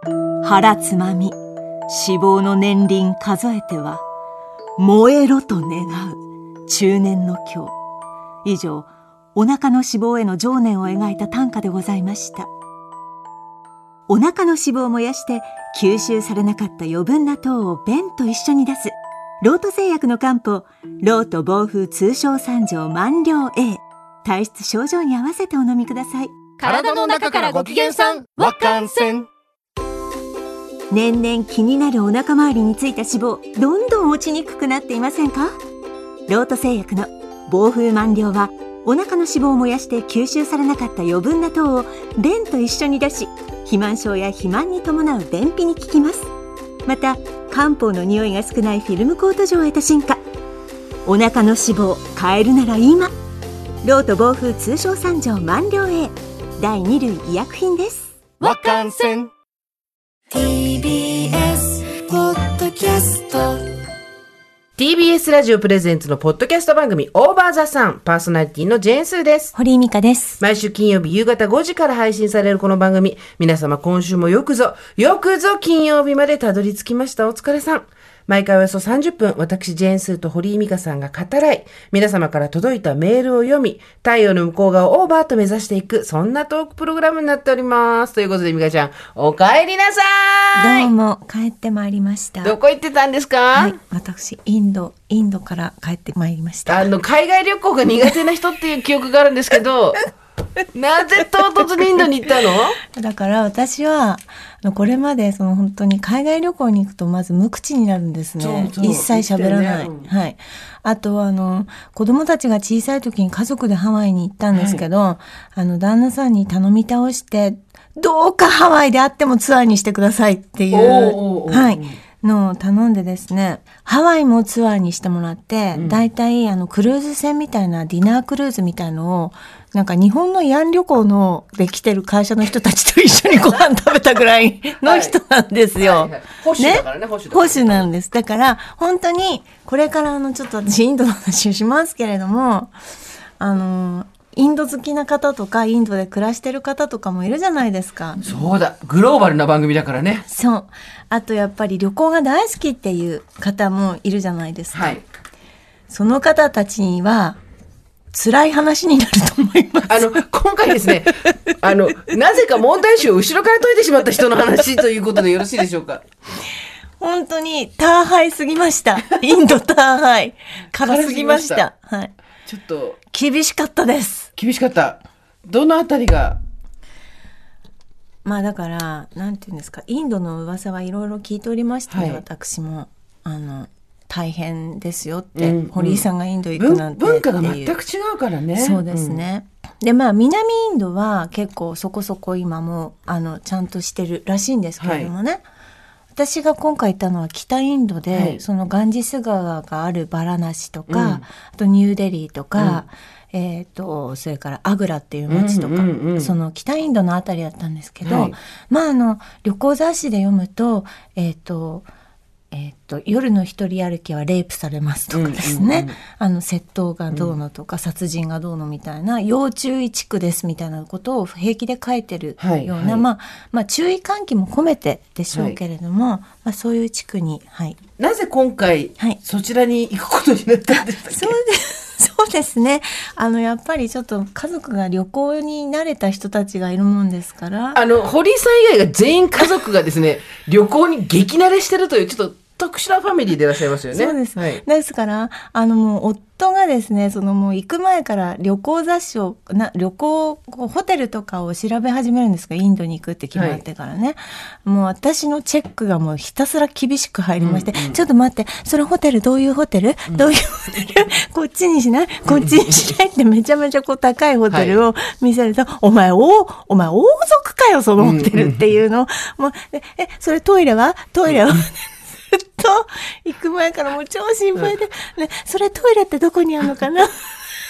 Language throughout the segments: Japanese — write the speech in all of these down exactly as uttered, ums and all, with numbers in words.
腹つまみ脂肪の年輪数えては燃えろと願う中年の今日。以上、お腹の脂肪への情念を描いた短歌でございました。お腹の脂肪を燃やして吸収されなかった余分な糖を便と一緒に出すロート製薬の漢方ロート防風通商三条万両 A。 体質症状に合わせてお飲みください。 体の中からご機嫌さん、わかんせん。 年々気になるお腹周りについた脂肪、どんどん落ちにくくなっていませんか？ロート製薬の防風満量はお腹の脂肪を燃やして吸収されなかった余分な糖を便と一緒に出し、肥満症や肥満に伴う便秘に効きます。また漢方の匂いが少ないフィルムコート状へと進化。お腹の脂肪変えるなら今、ロート防風通商三条万両 A だいに類医薬品です。 わかんせん。 ティービーエス ポッドキャスト。 ティービーエス ラジオプレゼンツのポッドキャスト番組オーバーザさん、パーソナリティのジェーンスーです。 堀井美香です。 毎週金曜日夕方ごじから配信されるこの番組、皆様今週もよくぞよくぞ金曜日までたどり着きました。お疲れさん。毎回およそさんじゅっぷん、私ジェーンスーと堀井美香さんが語らい、皆様から届いたメールを読み、太陽の向こう側をオーバーと目指していく、そんなトークプログラムになっております。ということで美香ちゃん、お帰りなさい。 どうも帰ってまいりました。 どこ行ってたんですか？ はい、私インドインドから帰ってまいりました。 あの海外旅行が苦手な人っていう記憶があるんですけどなぜ唐突にインドに行ったの？ だから私はこれまでその本当に海外旅行に行くとまず無口になるんですね。 そうそう、 一切喋らない、 ね、うん、 はい。あとはあの子供たちが小さい時に家族でハワイに行ったんですけど、はい、あの旦那さんに頼み倒してどうかハワイであってもツアーにしてくださいっていう、 おー、 はい、のを頼んでですね、ハワイもツアーにしてもらって、うん、だいたいあのクルーズ船みたいなディナークルーズみたいのをなんか日本の慰安旅行ので来てる会社の人たちと一緒にご飯食べたぐらいの人なんですよ。 はいはいはい、保守だからね、保守だからね。 保守なんです。だから本当にこれからあのちょっと私インドの話をしますけれども、あのインド好きな方とかインドで暮らしてる方とかもいるじゃないですか。 そうだ、グローバルな番組だからね。 そう。あとやっぱり旅行が大好きっていう方もいるじゃないですか。はい、その方たちには辛い話になると思います。 あの今回ですねあのなぜか問題集を後ろから解いてしまった人の話ということでよろしいでしょうか？ 本当にターハイすぎました。インドターハイ辛すぎました。はい。 ちょっと厳しかったです。 厳しかった。どのあたりが？ まあだからなんていうんですか、インドの噂はいろいろ聞いておりましたね、はい、私もあの大変ですよって、うんうん、堀井さんがインド行くなんて文化が全く違うからね。 そうですね、うん、でまあ南インドは結構そこそこ今もあのちゃんとしてるらしいんですけれどもね、はい、私が今回行ったのは北インドで、はい、そのガンジス川があるバラナシとか、うん、あとニューデリーとか、うん、えー、とそれからアグラっていう街とか、うんうんうん、その北インドのあたりだったんですけど、はい、まああの旅行雑誌で読むとえっ、ー、とえー、と夜の一人歩きはレイプされますとかですね、うんうんうん、あの窃盗がどうのとか、うん、殺人がどうのみたいな要注意地区ですみたいなことを平気で書いてるような、はいはい、まあまあ、注意喚起も込めてでしょうけれども、はい、まあ、そういう地区に、はい、 なぜ今回、はい、そちらに行くことになったんですか？ そうですそうですね、あのやっぱりちょっと家族が旅行に慣れた人たちがいるもんですから、 あの堀井さん以外が全員家族がですね旅行に激慣れしてるというちょっと特殊なファミリーでいらっしゃいますよね。 そうです、 はい、 ですからあのもう夫がですね、そのもう行く前から旅行雑誌をな旅行ホテルとかを調べ始めるんですが、インドに行くって決まってからね、はい、もう私のチェックがもうひたすら厳しく入りまして、うんうん、ちょっと待って、それホテルどういうホテル、うん、どういうホテルこっちにしないこっちにしないってめちゃめちゃこう高いホテルを見せると、はい、お前おお前王族かよそのホテルっていうのを、うんうん、もうえそれトイレはトイレは、うんずっと行く前からもう超心配で、ね、それトイレってどこにあるのかなあ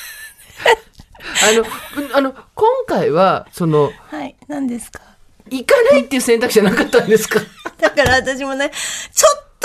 のあの今回はその、 はい、何ですか、 行かないっていう選択肢はなかったんですか？ だから私もねちょっと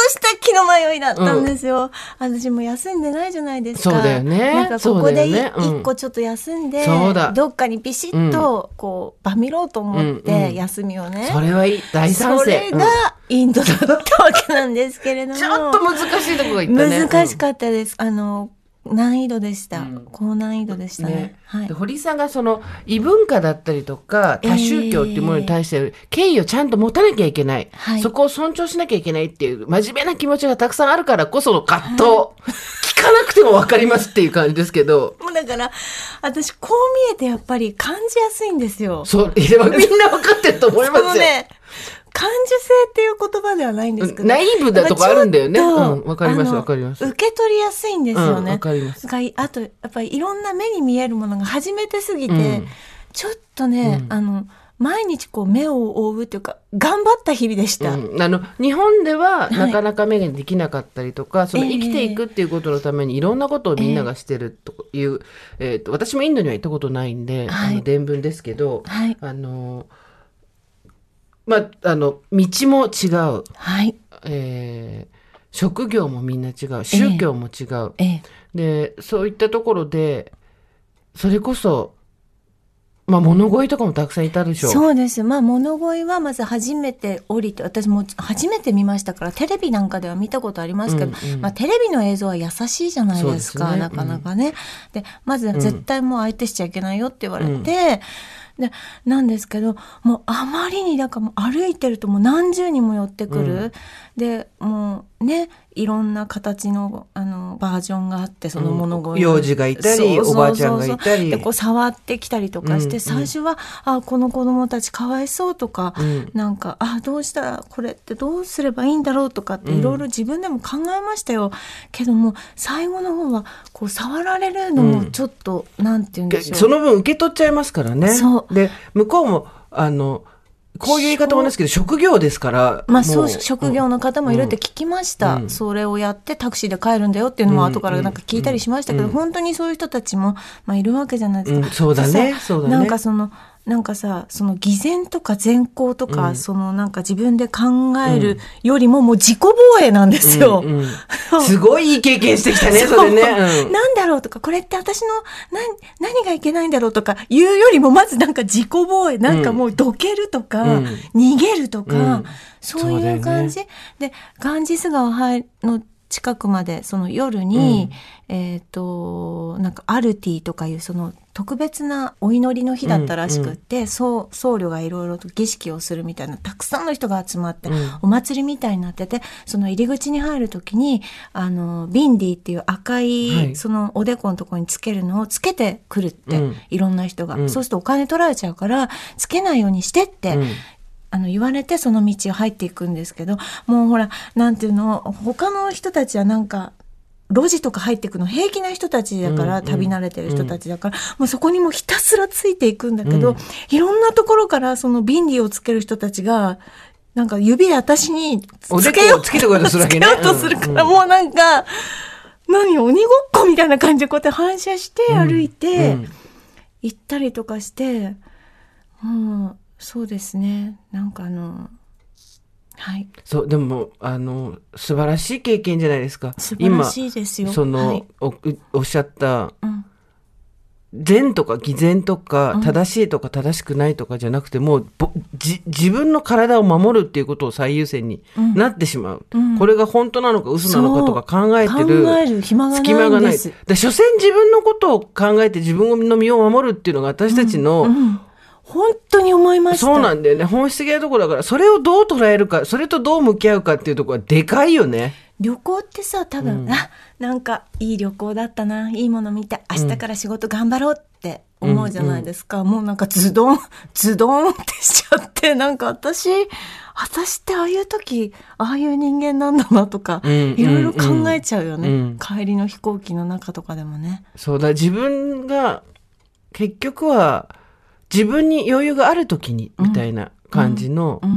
した気の迷いだったんですよ、うん、私も休んでないじゃないですか。 そうだよね。 なんかここでね、 一個ちょっと休んで、 そうだ、 どっかにピシッとこうバミろうと思って休みをね、うんうん、 それはいい、大賛成。 それがインドだったわけなんですけれどもちょっと難しいところがいったね。 難しかったです、うん、あの難易度でした、うん、高難易度でしたね。ね、はい、 で堀井さんがその異文化だったりとか多宗教っていうものに対して敬意をちゃんと持たなきゃいけない、えー、そこを尊重しなきゃいけないっていう真面目な気持ちがたくさんあるからこその葛藤、はい、聞かなくても分かりますっていう感じですけど、 もうだから私こう見えてやっぱり感じやすいんですよ。 そう、いやみんな分かってると思いますよ。 ね、感受性っていう言葉ではないんですけど、 ナイーブだとかあるんだよね。うん、わかりますわかります。 受け取りやすいんですよね。 わ、うん、かります。 あとやっぱりいろんな目に見えるものが初めてすぎて、うん、ちょっとね、うん、あの毎日こう目を覆うというか頑張った日々でした。 うん、あの日本ではなかなか目ができなかったりとか、はい、その生きていくっていうことのためにいろんなことをみんながしてるという、えーえー、と私もインドには行ったことないんで、はい、あの伝聞ですけど、はい、あの。まあ、あの道も違う、はい、えー、職業もみんな違う、宗教も違う、えーえー、でそういったところでそれこそ、まあ、物乞いとかもたくさんいたでしょう。 そうです、まあ、物乞いはまず初めて降りて、私も初めて見ましたから、テレビなんかでは見たことありますけど、うんうん、まあ、テレビの映像は優しいじゃないですか、そうですね、なかなかね、うん、でまず絶対もう相手しちゃいけないよって言われて、うんでなんですけど、もうあまりにだからもう歩いてるともう何十人も寄ってくる、うん、でもうねいろんな形のあのバージョンがあって、その物乞い、うん、 幼児がいたり、そうそうそうそう、おばあちゃんがいたりでこう触ってきたりとかして、うん、最初はあこの子供たちかわいそうとか、うん、なんかあどうしたらこれってどうすればいいんだろうとかっていろいろ自分でも考えましたよ、うん、けども最後の方はこう触られるのもちょっと、うん、なんて言うんでしょう、 その分受け取っちゃいますからね。そうで向こうもあのこういう言い方もですけど職業ですから、 まあ、そう職業の方もいるって聞きました、うん、それをやってタクシーで帰るんだよっていうのも後からなんか聞いたりしましたけど、うんうん、本当にそういう人たちも、まあ、いるわけじゃないですか、 うん、そうだね、そうだね。 なんかそのなんかさその偽善とか善行とか、うん、そのなんか自分で考えるよりももう自己防衛なんですよ、 うんうん、すごいいい経験してきたねそれね、 うん、なんだろうとかこれって私の何、何がいけないんだろうとかいうよりもまずなんか自己防衛なんかもうどけるとか、うん、逃げるとか、うん、そういう感じ、ね、でガンジス川の近くまでその夜に、うん、えっとなんかアルティとかいうその特別なお祈りの日だったらしくって、うんうん、僧侶がいろいろと儀式をするみたいなたくさんの人が集まって、うん、お祭りみたいになってて、その入り口に入るときにあのビンディっていう赤い、はい、そのおでこのところにつけるのをつけてくるって、うん、いろんな人が、うん、そうするとお金取られちゃうからつけないようにしてって、うんあの言われてその道を入っていくんですけど、もうほらなんていうの他の人たちはなんか路地とか入っていくの平気な人たちだから、うんうん、旅慣れてる人たちだから、うん、もうそこにもひたすらついていくんだけど、うん、いろんなところからそのビンディをつける人たちがなんか指で私につけようつけてこようとするわけね。 つけようとするから、うん、もうなんか何鬼ごっこみたいな感じでこうやって反射して歩いて、うんうん、行ったりとかして、もうそうですね、なんかあのはい、 そうでもあの素晴らしい経験じゃないですか。 素晴らしいですよ。 今その、 はい、 お, おっしゃった、うん、善とか偽善とか、うん、正しいとか正しくないとかじゃなくて、もうじ自分の体を守るっていうことを最優先になってしまう、うん、これが本当なのか嘘なのかとか考えてる考える暇がないんです。 隙間がないで、所詮自分のことを考えて自分の身を守るっていうのが私たちの、 うんうん本当に思いました。 そうなんだよね。本質的なところだから、それをどう捉えるか、それとどう向き合うかっていうところはでかいよね。 旅行ってさ、多分、うん、あ、なんかいい旅行だったな、いいもの見た、明日から仕事頑張ろうって思うじゃないですか。うんうん、もうなんかズドン、ズドンってしちゃって、なんか私、私ってああいう時、ああいう人間なんだなとか、いろいろ考えちゃうよね、うん。帰りの飛行機の中とかでもね。 そうだ、自分が結局は、自分に余裕がある時にみたいな感じの、うんうんうん、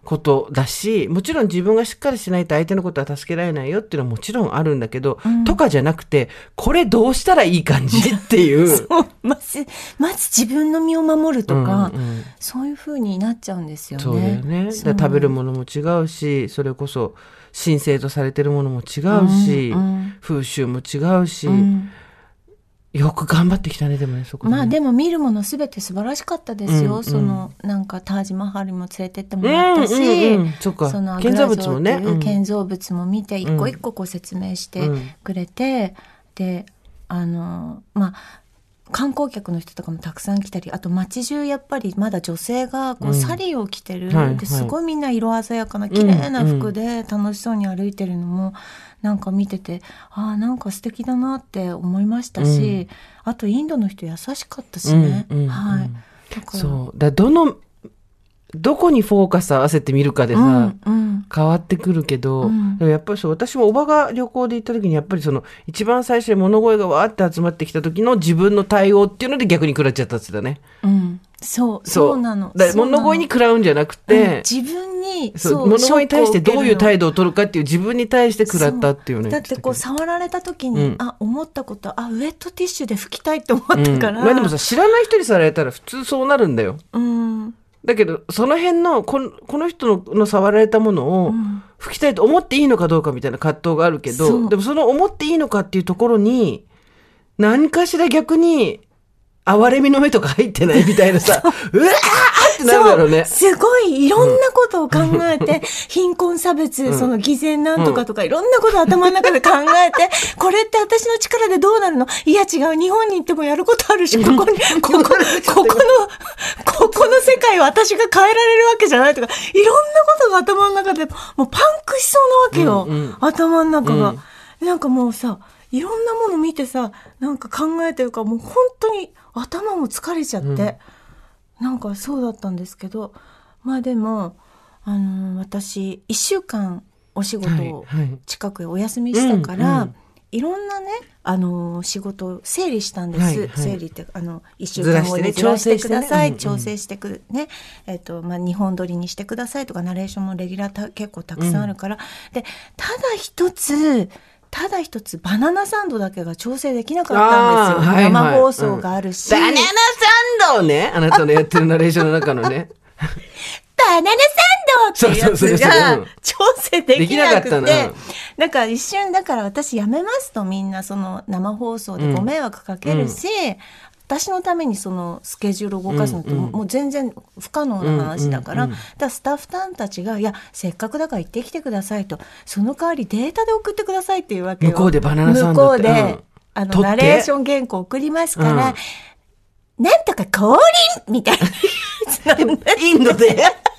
ことだし、もちろん自分がしっかりしないと相手のことは助けられないよっていうのはもちろんあるんだけど、うん、とかじゃなくて、これどうしたらいい感じっていう。 そうまず、まず自分の身を守るとか、うんうん、そういう風になっちゃうんですよね。 そうだよね。だ食べるものも違うし、それこそ神聖とされてるものも違うし、うんうん、風習も違うし、うんよく頑張ってきたね、でもね、そこでね。 まあでも見るものすべて素晴らしかったですよ。うんうん、その、なんかタージマハルにも連れてってもらったし、うんうんうん、そっか、そのアグラ城っていう建造物も見て、一個一個こう説明してくれて、うん、で、あの、まあ、観光客の人とかもたくさん来たり、あと街中やっぱりまだ女性がこうサリーを着てる、うんはいはい、ですごいみんな色鮮やかな綺麗な服で楽しそうに歩いてるのもなんか見てて、ああなんか素敵だなって思いましたし、うん、あとインドの人優しかったしね、うんうんうん、はい。だからそうだどのどこにフォーカス合わせてみるかでさ、うんうん、変わってくるけど、うん、でもやっぱりそう私もおばが旅行で行った時にやっぱりその一番最初に物声がわーって集まってきた時の自分の対応っていうので逆に食らっちゃったって言ってたね。 うん、そうそうなの。 だ物声に食らうんじゃなくて、うん、 自分にそう物声に対してどういう態度を取るかっていう自分に対して食らったっていうね。 だってこう触られた時に、うん、あ思ったことあウェットティッシュで拭きたいって思ったから、 うん、まあでもさ知らない人にされたら普通そうなるんだよ。 うんだけどその辺のこの、この人 の, の触られたものを拭きたいと思っていいのかどうかみたいな葛藤があるけど、うん、でもその思っていいのかっていうところに何かしら逆に哀れみの目とか入ってないみたいなさうわーってなるだろうね。 すごいいろんなことを考えて、うん、貧困差別、うん、その偽善なんとかとか、うん、いろんなことを頭の中で考えてこれって私の力でどうなるの、いや違う日本に行ってもやることあるし、ここにここここのここの世界を私が変えられるわけじゃないとか、いろんなことが頭の中でもうパンクしそうなわけよ、うんうん、頭の中が、うん、なんかもうさいろんなもの見てさなんか考えてるからもう本当に頭も疲れちゃって、うん、なんかそうだったんですけど、まあでもあの私いっしゅうかんお仕事を近くへお休みしたから、はいはい、いろんなねあの仕事を整理したんです、はいはい、整理ってあのいっしゅうかん後にずらしてください、調整してくるね、えっとまあにほん撮りにしてくださいとかナレーションもレギュラーた結構たくさんあるから、うん、でただ一つただ一つバナナサンドだけが調整できなかったんですよ、はいはい、生放送があるし、 うん、バナナサンドねあなたのやってるナレーションの中のねバナナサンドっていうやつが調整できなくて、だから一瞬だから私やめますとみんなその生放送でご迷惑かけるし、うん、私のためにそのスケジュールを動かすのってもう全然不可能な話だから、だからスタッフさんたちがいやせっかくだから行ってきてくださいと、その代わりデータで送ってくださいっていうわけよ。 向こうでバナナサンドって向こうで、うん、あのナレーション原稿送りますから、うん、なんとか降臨みたいなインドで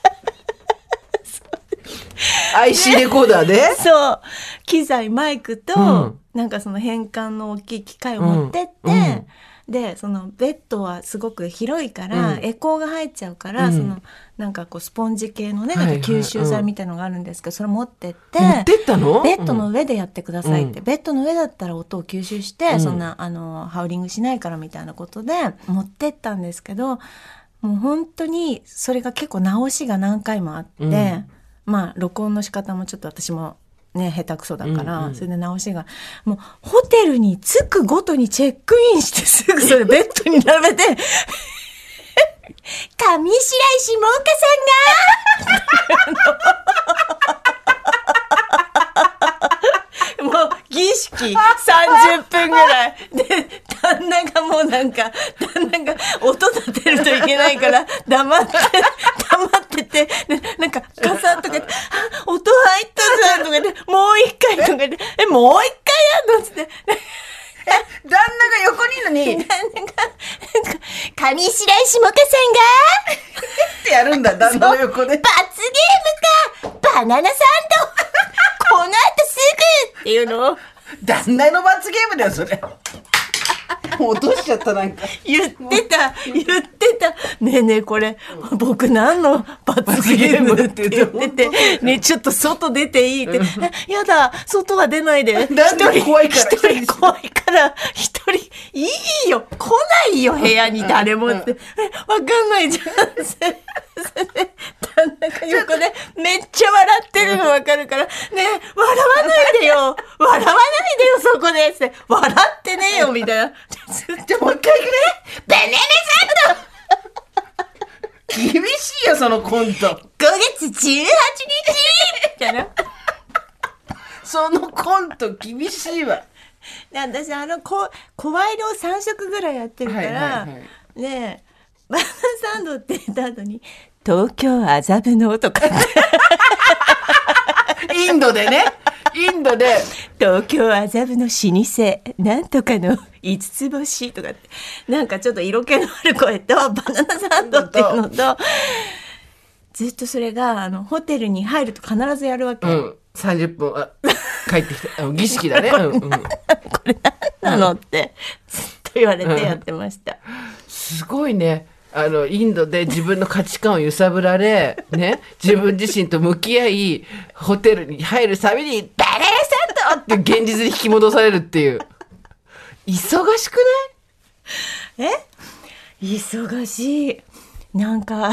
アイシー レコーダーでそう機材マイクと、うん、なんかその変換の大きい機械を持ってって、うんうんでそのベッドはすごく広いから、うん、エコーが入っちゃうから、うん、そのなんかこうスポンジ系のね、はいはい、なんか吸収剤みたいのがあるんですけど、うん、それ持ってって持ってったのベッドの上でやってくださいって、うん、ベッドの上だったら音を吸収して、うん、そんなあのハウリングしないからみたいなことで持ってったんですけど、もう本当にそれが結構直しが何回もあって、うん、まあ録音の仕方もちょっと私もね、下手くそだから、うんうん、それで直しがもうホテルに着くごとにチェックインしてすぐそれベッドに並べて上白石下岡さんがもう儀式さんじゅっぷんぐらいで旦那がもうなんか旦那が音立てるといけないから黙って黙っててでなんかカサッとか言ってあ音入ったじゃんとか言ってもう一回とか言ってえもう一回やんのっつってえ旦那が横にいるのに旦那が上白石下岡さんがってやるんだ旦那の横で罰ゲームかバナナサンドこの後すぐっていうのを旦那の罰ゲームだよそれ落としちゃったなんか。 言ってた言ってたねえねえこれ、うん、僕何の罰ゲームって言っててねえちょっと外出ていいって、うん、やだ外は出ないで一人怖いから一人怖いから一人いいよ来ないよ部屋に誰もって、うん、えわかんないじゃん旦那が横でめっちゃ笑ってるのわかるからねえ笑わないでよ笑わないでよそこでって笑ってねえよみたいなじゃもう一回いくねベネネさんの厳しいよそのコントごがつじゅうはちにちみたいなそのコント厳しいわ私あのこ声色をさん色ぐらいやってるから、はいはいはい、ねえバナナサンドって言った後に東京麻布のとかインドでねインドで東京麻布の老舗なんとかの五つ星とかってなんかちょっと色気のある声とバナナサンドっていうのとずっとそれがあのホテルに入ると必ずやるわけ、うん、 さんじゅっぷんあ帰ってきて儀式だねこれ、うんうん、これ何なのってずっと言われてやってました、 うん、すごいねあのインドで自分の価値観を揺さぶられ、ね、自分自身と向き合いホテルに入るたびにバナナサンドって現実に引き戻されるっていう忙しくない？え？忙しいなんか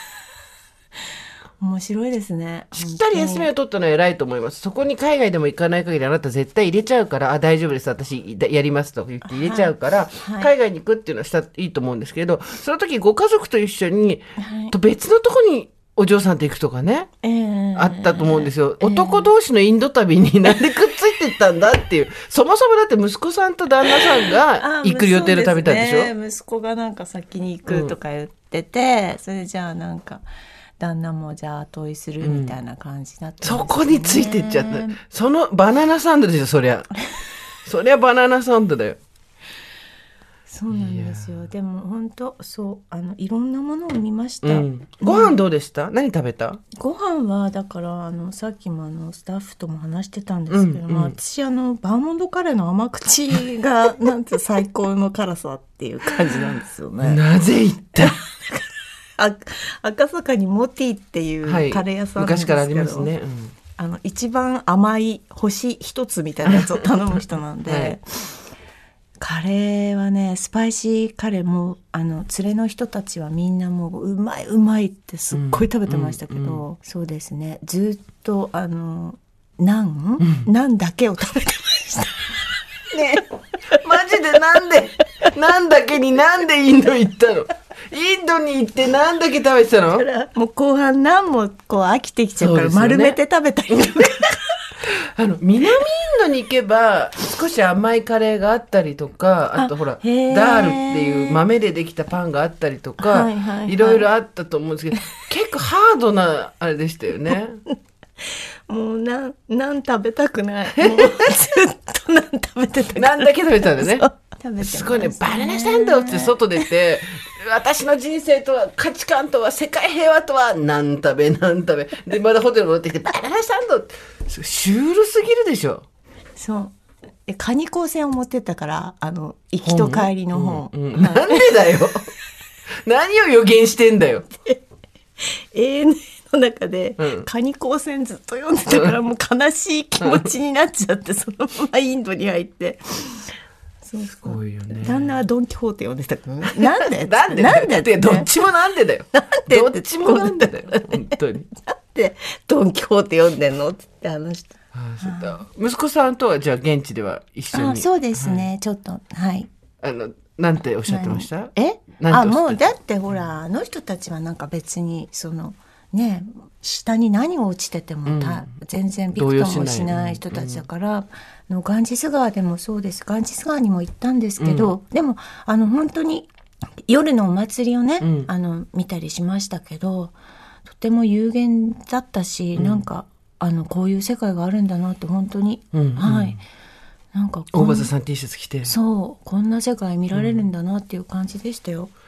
面白いですね。 しっかり休みを取ったのは偉いと思います。そこに海外でも行かない限りあなた絶対入れちゃうからあ大丈夫です私やりますと言って入れちゃうから、はいはい、海外に行くっていうのはしたいいと思うんですけどその時ご家族と一緒に、はい、と別のとこにお嬢さんと行くとかね、えー、あったと思うんですよ、えー、男同士のインド旅になんでくっついてったんだっていうそもそもだって息子さんと旦那さんが行く予定で食べたんでしょ、 ね、息子がなんか先に行くとか言ってて、うん、それじゃあなんか旦那もじゃあ後追いするみたいな感じだったんですよね、 うん、そこについてっちゃったそのバナナサンドですよそりゃそりゃバナナサンドだよそうなんですよでも本当そうあのいろんなものを見ました、 うん、ご飯どうでした、うん、何食べたご飯はだからあのさっきもあのスタッフとも話してたんですけど、うんうん、私あのバーモンドカレーの甘口がなんて最高の辛さっていう感じなんですよねなぜ言ったあ赤坂にモティっていうカレー屋さんなんですけど、はい、昔からありますね、うん、あの一番甘い星一つみたいなやつを頼む人なんで、はい、カレーはねスパイシーカレーもあの連れの人たちはみんなもううまいうまいってすっごい食べてましたけど、うんうん、そうですねずっとあのナン、うん、ナンだけを食べてましたねマジでなんでナンだけになんでインド行ったのインドに行って何だけ食べてたのもう後半何もこう飽きてきちゃうから丸めて食べたりとかあの南インドに行けば少し甘いカレーがあったりとかあとほらダールっていう豆でできたパンがあったりとか、はいはいはい、いろいろあったと思うんですけど結構ハードなあれでしたよねもうなんなん食べたくないもうずっとなん食べてたなんだけ食べてたんだね食べてますごいねバナナサンドって外出て私の人生とは価値観とは世界平和とは何食べ何食べでまだホテル戻ってきてバナナサンドってシュールすぎるでしょそうえカニ光線を持ってったからあの行きと帰りの本、 うんうん、なんでだよ何を予言してんだよエーエヌエー の中で、うん、カニ光線ずっと読んでたからもう悲しい気持ちになっちゃってそのままインドに入ってそうすごいよね旦那はドンキホーテ読んでたからねなんでなんでなんでってどっちもなんでだよなんでどっちもなんでだよ本当になんでドンキホーテ読んでんのって話したああ息子さんとはじゃあ現地では一緒にあそうですね、はい、ちょっとはいあのなんておっしゃってましたえあもうだってほらあの人たちはなんか別にそのね下に何が落ちててもた、うん、全然びくともしない人たちだから、うん、のガンジス川でもそうですガンジス川にも行ったんですけど、うん、でもあの本当に夜のお祭りをね、うん、あの見たりしましたけどとても有限だったし、うん、なんかあのこういう世界があるんだなって本当に、うんうん、はいなんか大場さん T シャツ着てそうこんな世界見られるんだなっていう感じでしたよ、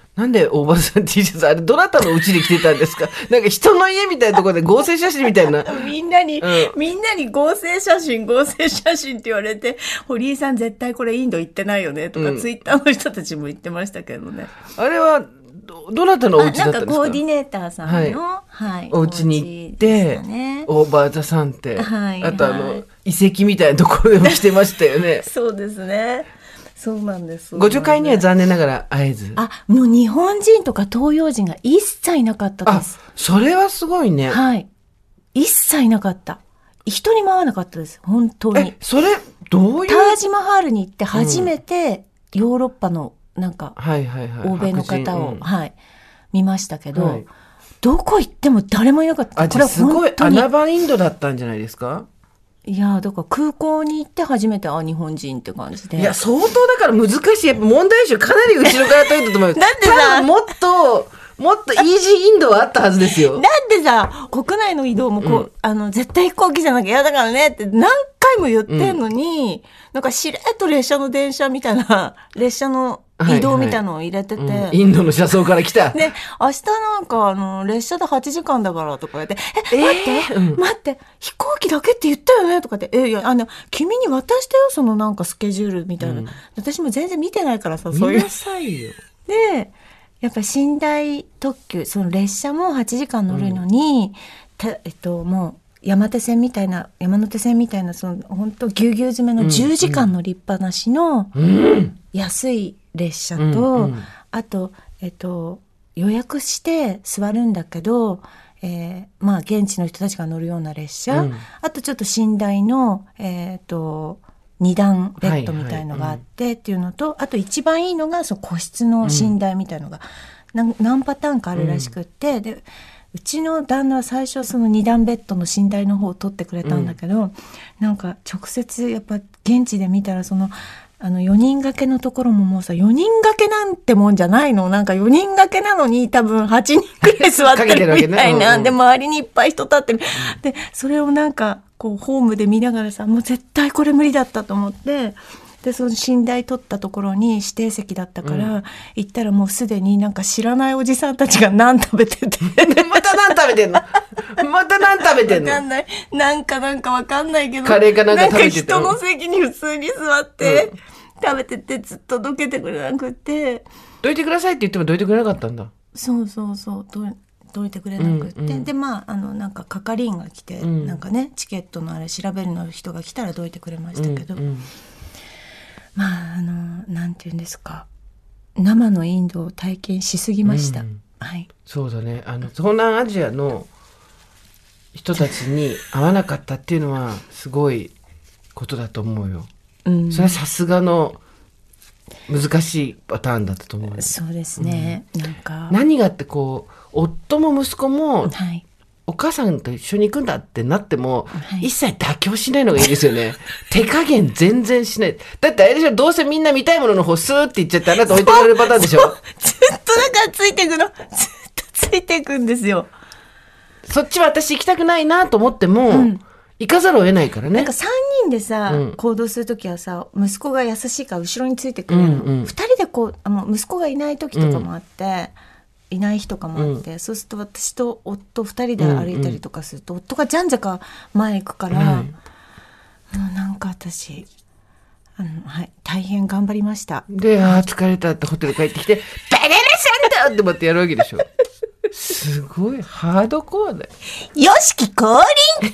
なんで大場さん T シャツ、あれどなたの家で着てたんですか？なんか人の家みたいなところで合成写真みたいな。 みんなに、 うん、 みんなに合成写真、合成写真って言われて、堀井さん絶対これインド行ってないよねとか、うん、ツイッターの人たちも言ってましたけどね。 あれはど、どなたのお家だったんですか？ なんかコーディネーターさんの、はいはい、 お家に行って、ね、オーバーザさんって、はい、あとあの、はい、遺跡みたいなところでもしてましたよね。 そうですね。そうなんです。 ご助会には残念ながら会えず。 あ、もう日本人とか東洋人が一切いなかったです。 あ、それはすごいね。 はい。一切いなかった。人にも会わなかったです。本当に。 え、それ、どういうタージマハールに行って初めてヨーロッパのなんか、 はいはいはい、 欧米の方を、うん、はい、見ましたけど、はい、どこ行っても誰もいなかった。 あ、じゃあすごい穴場インドだったんじゃないですか？ いやだから空港に行って初めてあ日本人って感じで。 いや相当だから難しい。やっぱ問題集かなり後ろから解いたと思います。 だってさもっともっとイージーインドはあったはずですよ。 だってさ国内の移動もこう、うん、あの絶対飛行機じゃなきゃ嫌だからねって何回も言ってんのに、うん、なんかしれっと列車の電車みたいな列車の移動みたいなのを入れてて、はいはいうん、インドの車窓から来た。 で、明日なんかあの列車ではちじかんだからとか言って、え、えー、待って、うん、待って、飛行機だけって言ったよねとかって、え、いや、あの、君に渡したよ、そのなんかスケジュールみたいな。うん、私も全然見てないからさ、そういう。 見なさいよ。 で、やっぱ寝台特急、その列車もはちじかん乗るのに、うん、えっと、もう、山手線みたいな、山手線みたいな、その、本当ぎゅうぎゅう詰めのじゅうじかん乗りっぱなしの、安い列車と、うんうん、あと、えっと、予約して座るんだけど、えー、まあ、現地の人たちが乗るような列車、うん、あとちょっと寝台の、えっと、二段ベッドみたいのがあってっていうのと、はいはいうん、あと一番いいのが、その個室の寝台みたいのが、うん、何パターンかあるらしくって、うん、で、うちの旦那は最初その二段ベッドの寝台の方を取ってくれたんだけど、うん、なんか直接やっぱ現地で見たらそのあのよにん掛けのところももうさよにん掛けなんてもんじゃないの。なんかよにん掛けなのに多分はちにんくらい座ってるみたいな、ね、で周りにいっぱい人立ってる、うん、でそれをなんかこうホームで見ながらさもう絶対これ無理だったと思って、でその寝台取ったところに指定席だったから、うん、行ったらもうすでになんか知らないおじさんたちが何食べててまた何食べてんのまた何食べてんのわかんない、なんかなんかわかんないけどカレーかなんか食べてた、なんか人の席に普通に座って、うん、食べててずっとどけてくれなくて、 どいてくださいって言ってもどいてくれなかったんだ。 そうそうそうどどいてくれなくって、うんうん、でまああのなんか係員が来て、うん、なんかねチケットのあれ調べるの人が来たらどいてくれましたけど、うんうん、まああのなんていうんですか、生のインドを体験しすぎました、うん、はい。 そうだね、あの東南アジアの人たちに会わなかったっていうのはすごいことだと思うよ、うん、それはさすがの難しいパターンだったと思う。 そうですね、うん、なんか何がってこう夫も息子も、はい、お母さんと一緒に行くんだってなっても、はい、一切妥協しないのがいいですよね手加減全然しない。だってあれでしょ、どうせみんな見たいものの方スーって言っちゃってあなた置いてかれるパターンでしょ。ずっとだからついていくのずっとついていくんですよ。 そっちは私行きたくないなと思っても、うん、行かざるを得ないからね。 なんかさんにんでさ、うん、行動するときはさ息子が優しいから後ろについてくれるの、うんうん、ふたりでこうあの息子がいない時とかもあって、うん、いない日とかもあって、うん、そうすると私と夫ふたりで歩いたりとかすると、うんうん、夫がじゃんじゃか前行くから、うん、もうなんか私あの、はい、大変頑張りました。 で、あー疲れたってホテル帰ってきてバレルさんだって思ってやるわけでしょすごいハードコアだよ。 よしき降臨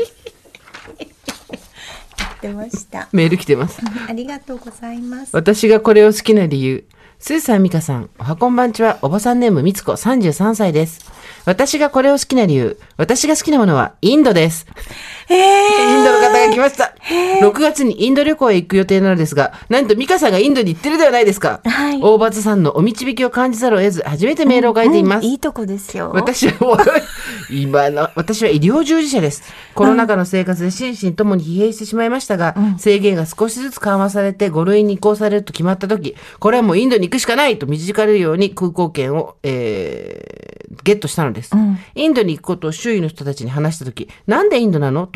出ました。 メール来てますありがとうございます。 私がこれを好きな理由。スーさん、ミカさん、おはこんばんちは。おばさんネームみつこ、さんじゅうさんさいです。私がこれを好きな理由。私が好きなものはインドです。 えー、 インドの方が来ました。ろくがつにインド旅行へ行く予定なのですが、なんとミカさんがインドに行ってるではないですか。はい、大場さんのお導きを感じざるを得ず、初めてメールを書いています。 うんうん、いいとこですよ。 私は、今の、私は医療従事者です。コロナ禍の生活で心身ともに疲弊してしまいましたが、うん、制限が少しずつ緩和されてご類に移行されると決まったとき、これはもうインドに行くしかないと導かれるように空港券を、えー、ゲットしたのです、うん。インドに行くことを周囲の人たちに話したとき、なんでインドなのと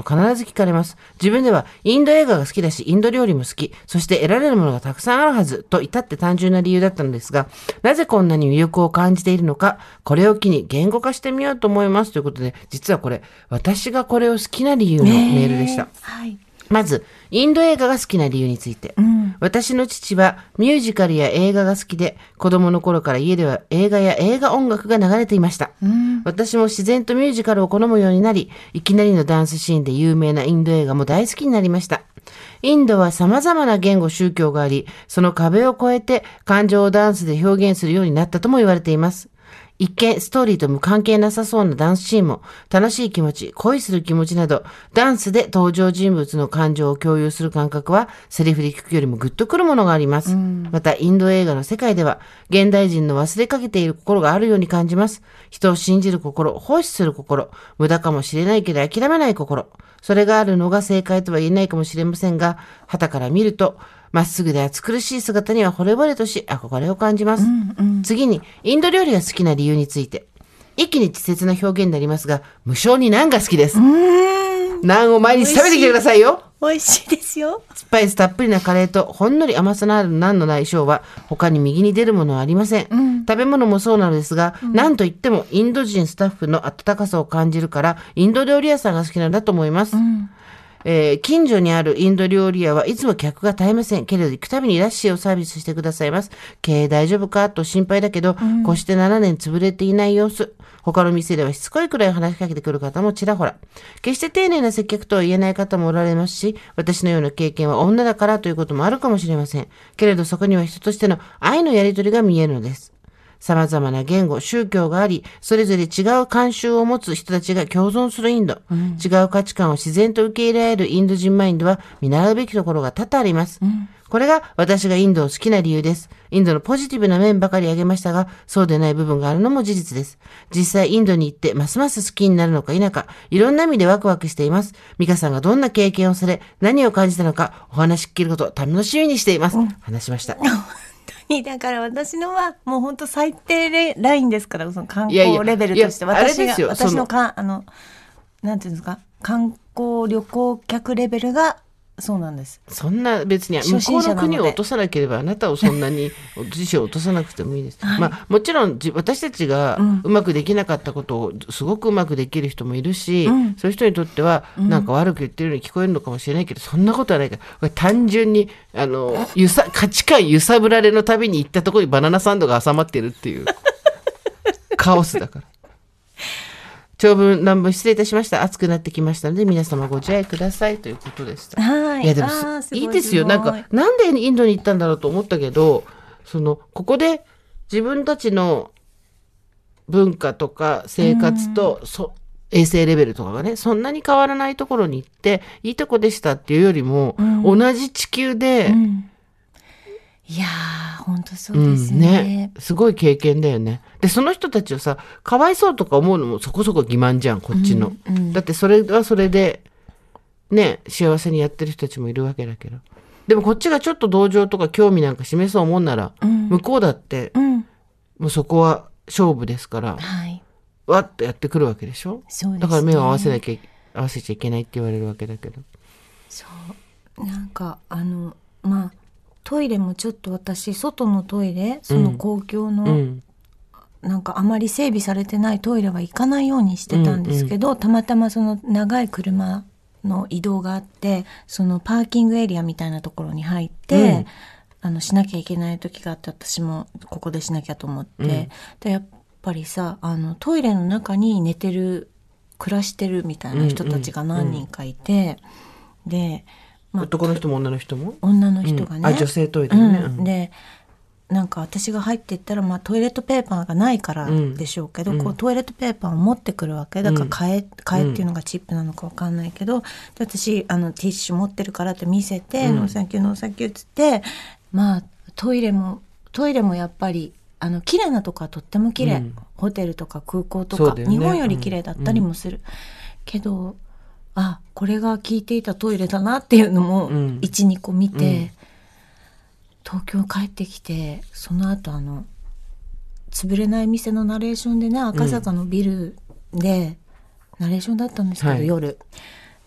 と必ず聞かれます。自分ではインド映画が好きだし、インド料理も好き、そして得られるものがたくさんあるはずと至って単純な理由だったのですが、なぜこんなに魅力を感じているのか、これを機に言語化してみようと思いますということで、実はこれ、私がこれを好きな理由のメールでした。 はい。 まず、インド映画が好きな理由について。 うん、 私の父はミュージカルや映画が好きで、子供の頃から家では映画や映画音楽が流れていました。 うん、 私も自然とミュージカルを好むようになり、いきなりのダンスシーンで有名なインド映画も大好きになりました。インドは様々な言語宗教があり、その壁を越えて感情をダンスで表現するようになったとも言われています。一見ストーリーと無関係なさそうなダンスシーンも楽しい気持ち、恋する気持ちなどダンスで登場人物の感情を共有する感覚はセリフで聞くよりもグッとくるものがあります。うん、またインド映画の世界では現代人の忘れかけている心があるように感じます。人を信じる心、奉仕する心、無駄かもしれないけど諦めない心。それがあるのが正解とは言えないかもしれませんが、傍から見るとまっすぐで暑苦しい姿には惚れ惚れとし憧れを感じます、うんうん、次にインド料理が好きな理由について。一気に稚拙な表現になりますが、無性にナンが好きです。うーん、ナンを毎日食べてきてくださいよ。 美味しいですよ。 スパイスたっぷりなカレーとほんのり甘さのあるナンの相性は他に右に出るものはありません、うん、食べ物もそうなのですが、うん、なんといってもインド人スタッフの温かさを感じるからインド料理屋さんが好きなんだと思います、うん、えー、近所にあるインド料理屋はいつも客が絶えませんけれど、行くたびにラッシーをサービスしてくださいます。経営大丈夫かと心配だけど、うん、越してななねん潰れていない様子。他の店ではしつこいくらい話しかけてくる方もちらほら。決して丁寧な接客とは言えない方もおられますし、私のような経験は女だからということもあるかもしれません。けれどそこには人としての愛のやり取りが見えるのです。様々な言語、宗教があり、それぞれ違う慣習を持つ人たちが共存するインド、うん、違う価値観を自然と受け入れられるインド人マインドは見習うべきところが多々あります、うん、これが私がインドを好きな理由です。インドのポジティブな面ばかり挙げましたが、そうでない部分があるのも事実です。実際インドに行ってますます好きになるのか否か、いろんな意味でワクワクしています。ミカさんがどんな経験をされ、何を感じたのか、お話聞けることを楽しみにしています、うん、話しましただから私のはもう本当最低ラインですから、その観光レベルとして、いやいや私が私のかあのなんていうんですか、観光旅行客レベルがそうなんです。 そんな別に向こうの国を落とさなければあなたをそんなに自身を落とさなくてもいいです、はい、まあもちろん私たちがうまくできなかったことをすごくうまくできる人もいるし、うん、そういう人にとってはなんか悪く言ってるように聞こえるのかもしれないけど、そんなことはないから、これ単純にあのゆさ価値観揺さぶられのたびに行ったところにバナナサンドが挟まってるっていうカオスだから長文乱文失礼いたしました。暑くなってきましたので皆様ご自愛くださいということでした。 はい。 いやでもいいですよ。なんかなんでインドに行ったんだろうと思ったけど、そのここで自分たちの文化とか生活と、うん、そ衛生レベルとかがねそんなに変わらないところに行っていいとこでしたっていうよりも、うん、同じ地球で、うん、 いやー本当そうですね、うん、ねすごい経験だよね。でその人たちをさかわいそうとか思うのもそこそこ欺瞞じゃんこっちの、うんうん、だってそれはそれでね幸せにやってる人たちもいるわけだけど、でもこっちがちょっと同情とか興味なんか示そうもんなら、うん、向こうだって、うん、もうそこは勝負ですから、はい、わっとやってくるわけでしょ。 そうですね、 だから目を合わせなきゃ合わせちゃいけないって言われるわけだけど、 そうなんかあのまあトイレもちょっと私外のトイレその公共の、うんうんなんかあまり整備されてないトイレは行かないようにしてたんですけど、うんうん、たまたまその長い車の移動があってそのパーキングエリアみたいなところに入って、うん、あのしなきゃいけない時があって私もここでしなきゃと思って、うん、でやっぱりさあのトイレの中に寝てる暮らしてるみたいな人たちが何人かいて、うんうん、で、 まあ、男の人も女の人も女の人がね、 うん、あ女性トイレね、 うん、でなんか私が入っていったら、まあ、トイレットペーパーがないからでしょうけど、うん、こうトイレットペーパーを持ってくるわけだから替え、替えっていうのがチップなのか分かんないけど、で私あのティッシュ持ってるからって見せて、うん、ノーサンキューノーサンキューっつってまあトイレもトイレもやっぱりあの綺麗なとこはとっても綺麗、うん、ホテルとか空港とか、ね、日本より綺麗だったりもする、うん、けどあこれが効いていたトイレだなっていうのも いち,に 個見て、うん東京帰ってきてその後あの潰れない店のナレーションでね赤坂のビルでナレーションだったんですけど、うん、夜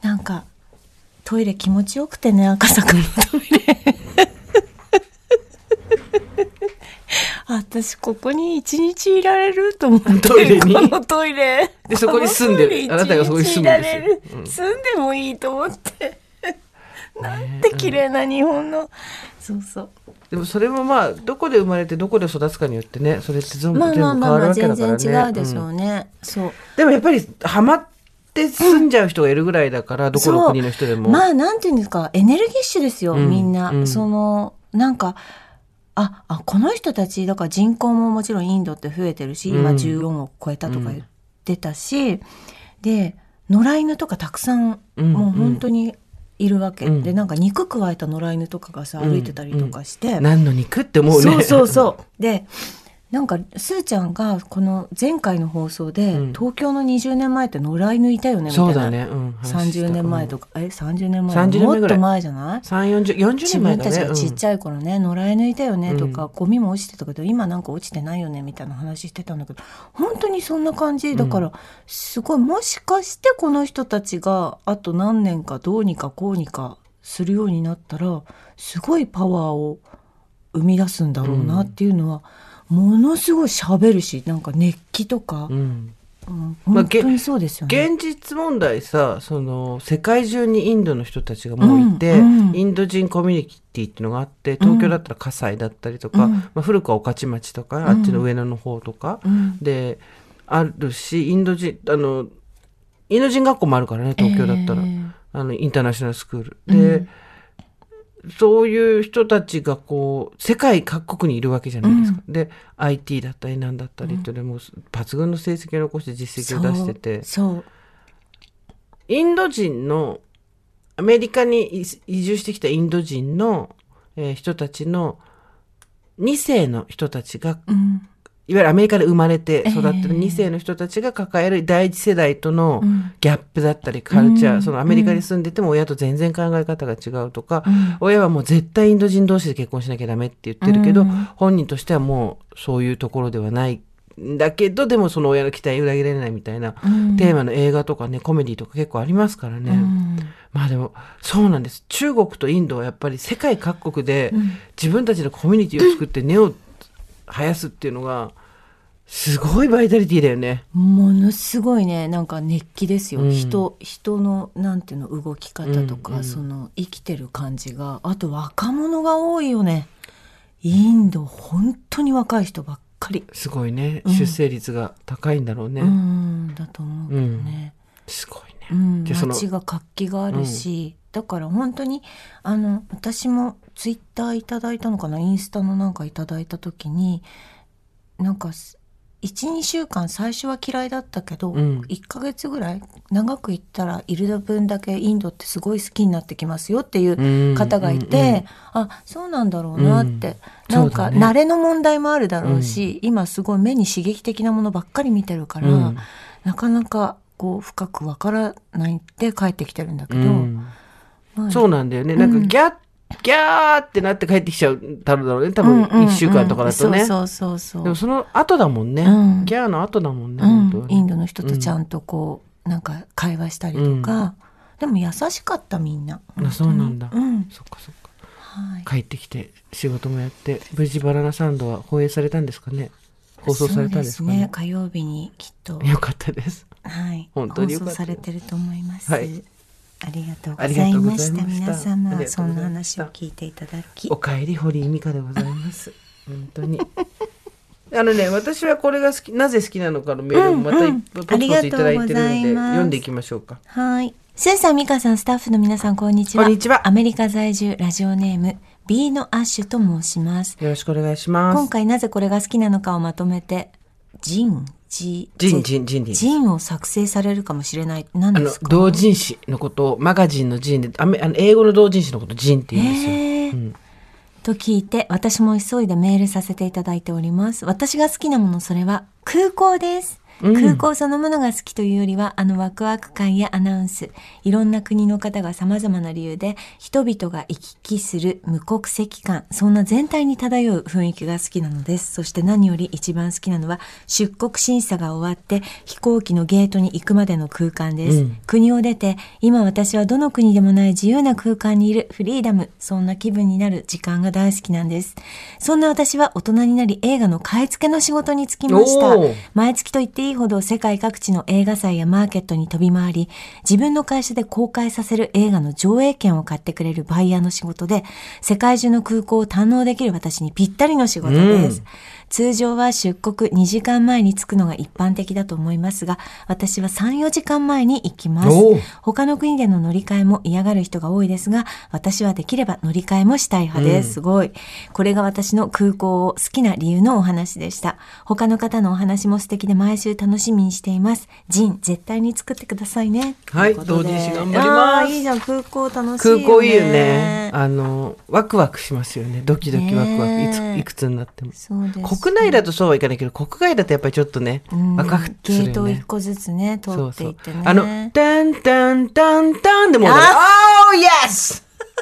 なんかトイレ気持ちよくてね、赤坂のトイレ私ここに一日いられると思ってる。 トイレにこのトイレでそこに住んでる、あなたがそこに住むんですよ、うん、 住んでもいいと思ってなんて綺麗な日本の、うん、そうそう。 でもそれもまあどこで生まれてどこで育つかによってね、それって全部まあまあまあまあ変わるわけだからね。 全然違うでしょうね、うん、そう。 でもやっぱりハマって住んじゃう人がいるぐらいだから、うん、どこの国の人でもまあなんていうんですか、エネルギッシュですよ、うん、みんな、うん、そのなんかああこの人たちだから人口ももちろんインドって増えてるし、今じゅうよんおく超えたとか言ってたし、うん、で野良犬とかたくさん、うん、もう本当にいるわけ、うん、でなんか肉加えた野良犬とかがさ歩いてたりとかして、うんうん、 何の肉って思うね。 そうそうそうでなんかスーちゃんがこの前回の放送で、うん、東京のにじゅうねんまえって野良犬いたよねみたいな。 そうだね、うん、 さんじゅうねんまえとか、うん、えさんじゅうねんまえさんじゅうねんぐらいもっと前じゃない？ さんじゅう、よんじゅう、よんじゅうねんまえだね。 自分たちがちっちゃい頃ね、うん、野良犬いたよねとか、 うん、 ゴミも落ちてたけど今なんか落ちてないよねみたいな話してたんだけど、本当にそんな感じだから、うん、すごいもしかしてこの人たちがあと何年かどうにかこうにかするようになったらすごいパワーを生み出すんだろうなっていうのは、うん、ものすごい喋るし、なんか熱気とか、うんうん、本当にそうですよね、 まあ、現実問題さ、その世界中にインドの人たちがもういて、うんうん、インド人コミュニティっていうのがあって、東京だったら葛西だったりとか、うんまあ、古くは御徒町とか、うん、あっちの上野の方とか、うん、であるし、インド人あのインド人学校もあるからね、東京だったら、えー、あのインターナショナルスクールで、うんそういう人たちがこう世界各国にいるわけじゃないですか、うん、で アイティー だったりなんだったりって、うん、もう抜群の成績を残して実績を出してて、 そうそうインド人のアメリカに移住してきたインド人の、えー、人たちのに世の人たちが、うんいわゆるアメリカで生まれて育ってるに世の人たちが抱える第一世代とのギャップだったりカルチャー、うん、そのアメリカに住んでても親と全然考え方が違うとか、うん、親はもう絶対インド人同士で結婚しなきゃダメって言ってるけど、うん、本人としてはもうそういうところではないんだけど、でもその親の期待裏切れないみたいな、うん、テーマの映画とかね、コメディとか結構ありますからね、うん、まあでもそうなんです。中国とインドはやっぱり世界各国で自分たちのコミュニティを作って根を生やすっていうのがすごいバイタリティだよね。 ものすごいね、なんか熱気ですよ、うん、人人のなんていうの動き方とか、うんうん、その生きてる感じが、あと若者が多いよね。インド本当に若い人ばっかり。 すごいね、うん、出生率が高いんだろうね。 うんだと思うけどね、 うん、すごいね、 うん、街が活気があるし、うん、だから本当にあの私もツイッターいただいたのかな、インスタのなんかいただいた時になんかいち、にしゅうかん最初は嫌いだったけど、うん、いっかげつぐらい長くいったらいる分だけインドってすごい好きになってきますよっていう方がいて、うんうんうん、あそうなんだろうなって、うん、なんか、ね、慣れの問題もあるだろうし、うん、今すごい目に刺激的なものばっかり見てるから、うん、なかなかこう深くわからないって帰ってきてるんだけど、うんまあ、そうなんだよね。なんかギャッギャーってなって帰ってきちゃうだろうね、多分いっしゅうかんとかだとね、 うんうんうん、そうそうそうそう。 でもその後だもんね、うん、ギャーの後だもんね、 うん、インドの人とちゃんとこう、うん、なんか会話したりとか、うん、でも優しかったみんな。 あそうなんだ、 うん、 そっかそっか、はい、帰ってきて仕事もやって無事バナナサンドは放映されたんですかね、放送されたんですかね。 そうですね、火曜日にきっとよかったです、 はい、 本当によかった、 放送されてると思います、 はいありがとうございました。皆様そんな話を聞いていただきおかえり堀井美香でございます本当にあのね、私はこれが好き、なぜ好きなのかのメールをまた、うんうん、ポツポツいただいてるので読んでいきましょうか。 はい。スーさん、美香さん、スタッフの皆さん、こんにちは。 こんにちは。 アメリカ在住ラジオネーム B のアッシュと申します。 よろしくお願いします。 今回なぜこれが好きなのかをまとめてジンジンジンジンジンを作成されるかもしれない。何ですか？ あの同人誌のことをマガジンのジンで、あの英語の同人誌のことジンって言うんですよ、 えーうん、と聞いて私も急いでメールさせていただいております。私が好きなもの、それは空港です。 うん、 空港そのものが好きというよりは、あのワクワク感やアナウンス、いろんな国の方が様々な理由で人々が行き来する無国籍感、そんな全体に漂う雰囲気が好きなのです。そして何より一番好きなのは、出国審査が終わって飛行機のゲートに行くまでの空間です。うん、国を出て、今私はどの国でもない自由な空間にいるフリーダム、そんな気分になる時間が大好きなんです。そんな私は大人になり映画の買い付けの仕事に就きました。毎月と言っていいほど世界各地の映画祭やマーケットに飛び回り、自分の会社で公開させる映画の上映権を買ってくれるバイヤーの仕事で、世界中の空港を堪能できる私にぴったりの仕事です。うん、通常は出国にじかんまえに着くのが一般的だと思いますが、私はさん、よじかんまえに行きます。他の国での乗り換えも嫌がる人が多いですが、私はできれば乗り換えもしたい派です。うん、すごい。これが私の空港を好きな理由のお話でした。他の方のお話も素敵で毎週楽しみにしています。ジン、絶対に作ってくださいね。 はい、同人誌頑張ります。 いいじゃん、空港楽しいよね。 空港いいよね。あの、ワクワクしますよね。ドキドキワクワク。いつ、いくつになっても。 そうです。 国内だとそうはいかないけど、国外だとやっぱりちょっとね、ワクワクするよね。 ゲート一個ずつね、通っていってね。 そうそう、あの、タンタンタンタンでもう、あー、イエス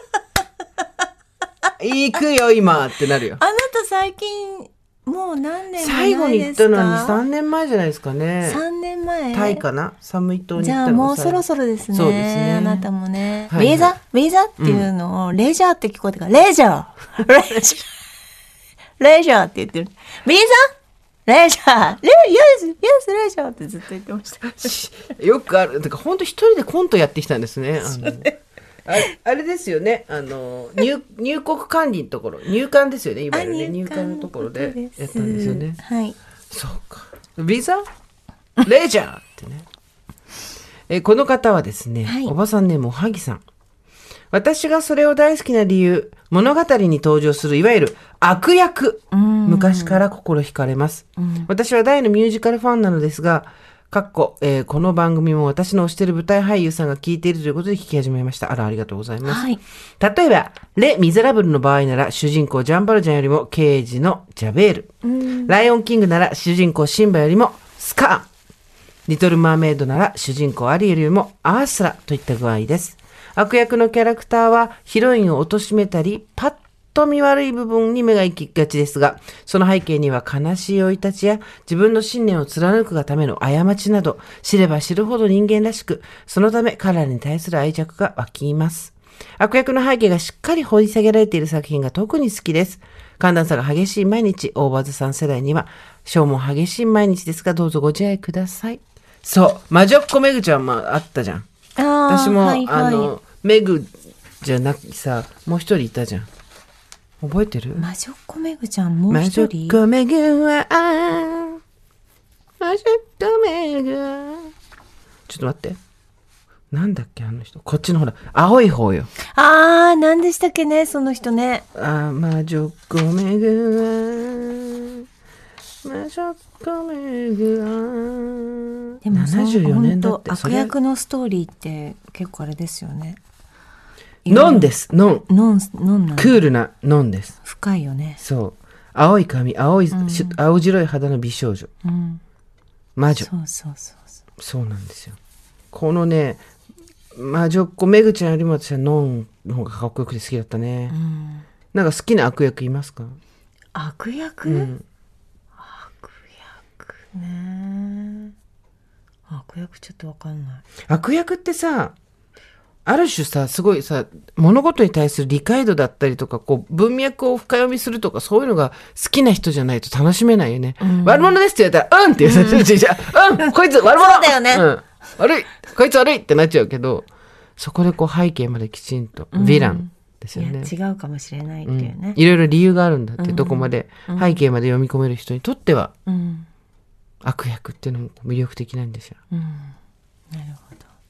行くよ、今ってなるよ。 あなた最近、もう何年もないですか？ 最後に行ったのにさんねんまえじゃないですかね。 さんねんまえ。 タイかな、寒い島に行ったの。 じゃあもうそろそろですね。 そうですね。 あなたもね。 はいはい、 ウィザウィザっていうのを、うん、レジャーって聞こえてから、レジャーレジャーレジャーって言ってる。ウィザレジャーレイエスイエスレジャーってずっと言ってました。よくある。だから本当一人でコントやってきたんですね。あのあれ、あれですよね。あの 入, 入国管理のところ、入管ですよね。いわゆるね、入管のところでやったんですよね。 はい。 そうか。ビザレジャーってね。えこの方はですね、はい、おばさんネームおはぎさん。私がそれを大好きな理由、物語に登場するいわゆる悪役。昔から心惹かれます。私は大のミュージカルファンなのですが、かっこ、えー、この番組も私の推している舞台俳優さんが聞いているということで聞き始めました。あら、ありがとうございます。はい、例えば、レ・ミゼラブルの場合なら、主人公ジャンバルジャンよりも刑事のジャベール。ライオンキングなら、主人公シンバよりもスカーン。リトル・マーメイドなら、主人公アリエルよりもアースラといった具合です。悪役のキャラクターは、ヒロインを貶めたり、パッと見悪い部分に目が行きがちですが、その背景には悲しい生い立ちや自分の信念を貫くがための過ちなど、知れば知るほど人間らしく、そのため彼らに対する愛着が湧きます。悪役の背景がしっかり掘り下げられている作品が特に好きです。寒暖差が激しい毎日、オーバーズさん世代には消耗激しい毎日ですが、どうぞご自愛ください。そう、魔女っ子めぐちゃんもあったじゃん。 あ私も、 はいはい、 あの、めぐじゃなくさ、もう一人いたじゃん。覚えてる？ 魔女っ子めぐちゃんもう一人。 魔女っ子めぐは魔女っ子めぐはちょっと待って、なんだっけあの人、こっちのほら青い方よ。 あー、なんでしたっけね、その人ね。 あー、魔女っ子めぐは魔女っ子めぐはでもななじゅうよねんだって。 悪役のストーリーって結構あれですよね。 ノンです。ノン。 ノン、ノンなんだ。 クールなノンです。 深いよね。 そう。青い髪、青い、うん、青白い肌の美少女。 うん、 魔女。 そうそうそうそう。 そうなんですよ。このね、魔女っ子めぐちゃんよりも私はノンの方がかっこよくて好きだったね。うん、なんか好きな悪役いますか？ 悪役、うん、悪役ね。悪役ちょっとわかんない。 悪役ってさ、ある種さ、すごいさ、物事に対する理解度だったりとか、こう、文脈を深読みするとか、そういうのが好きな人じゃないと楽しめないよね。うん、悪者ですって言われたら、うんって言う人じゃ、うん、こいつ悪者そうだよね、 うん。悪いこいつ悪いってなっちゃうけど、そこでこう背景まできちんと、うん、ヴィランですよね。 いや違うかもしれないっていうね。 うん、いろいろ理由があるんだって、うん、どこまで、背景まで読み込める人にとっては、うん、悪役っていうのも魅力的なんですよ。 うん、なるほど。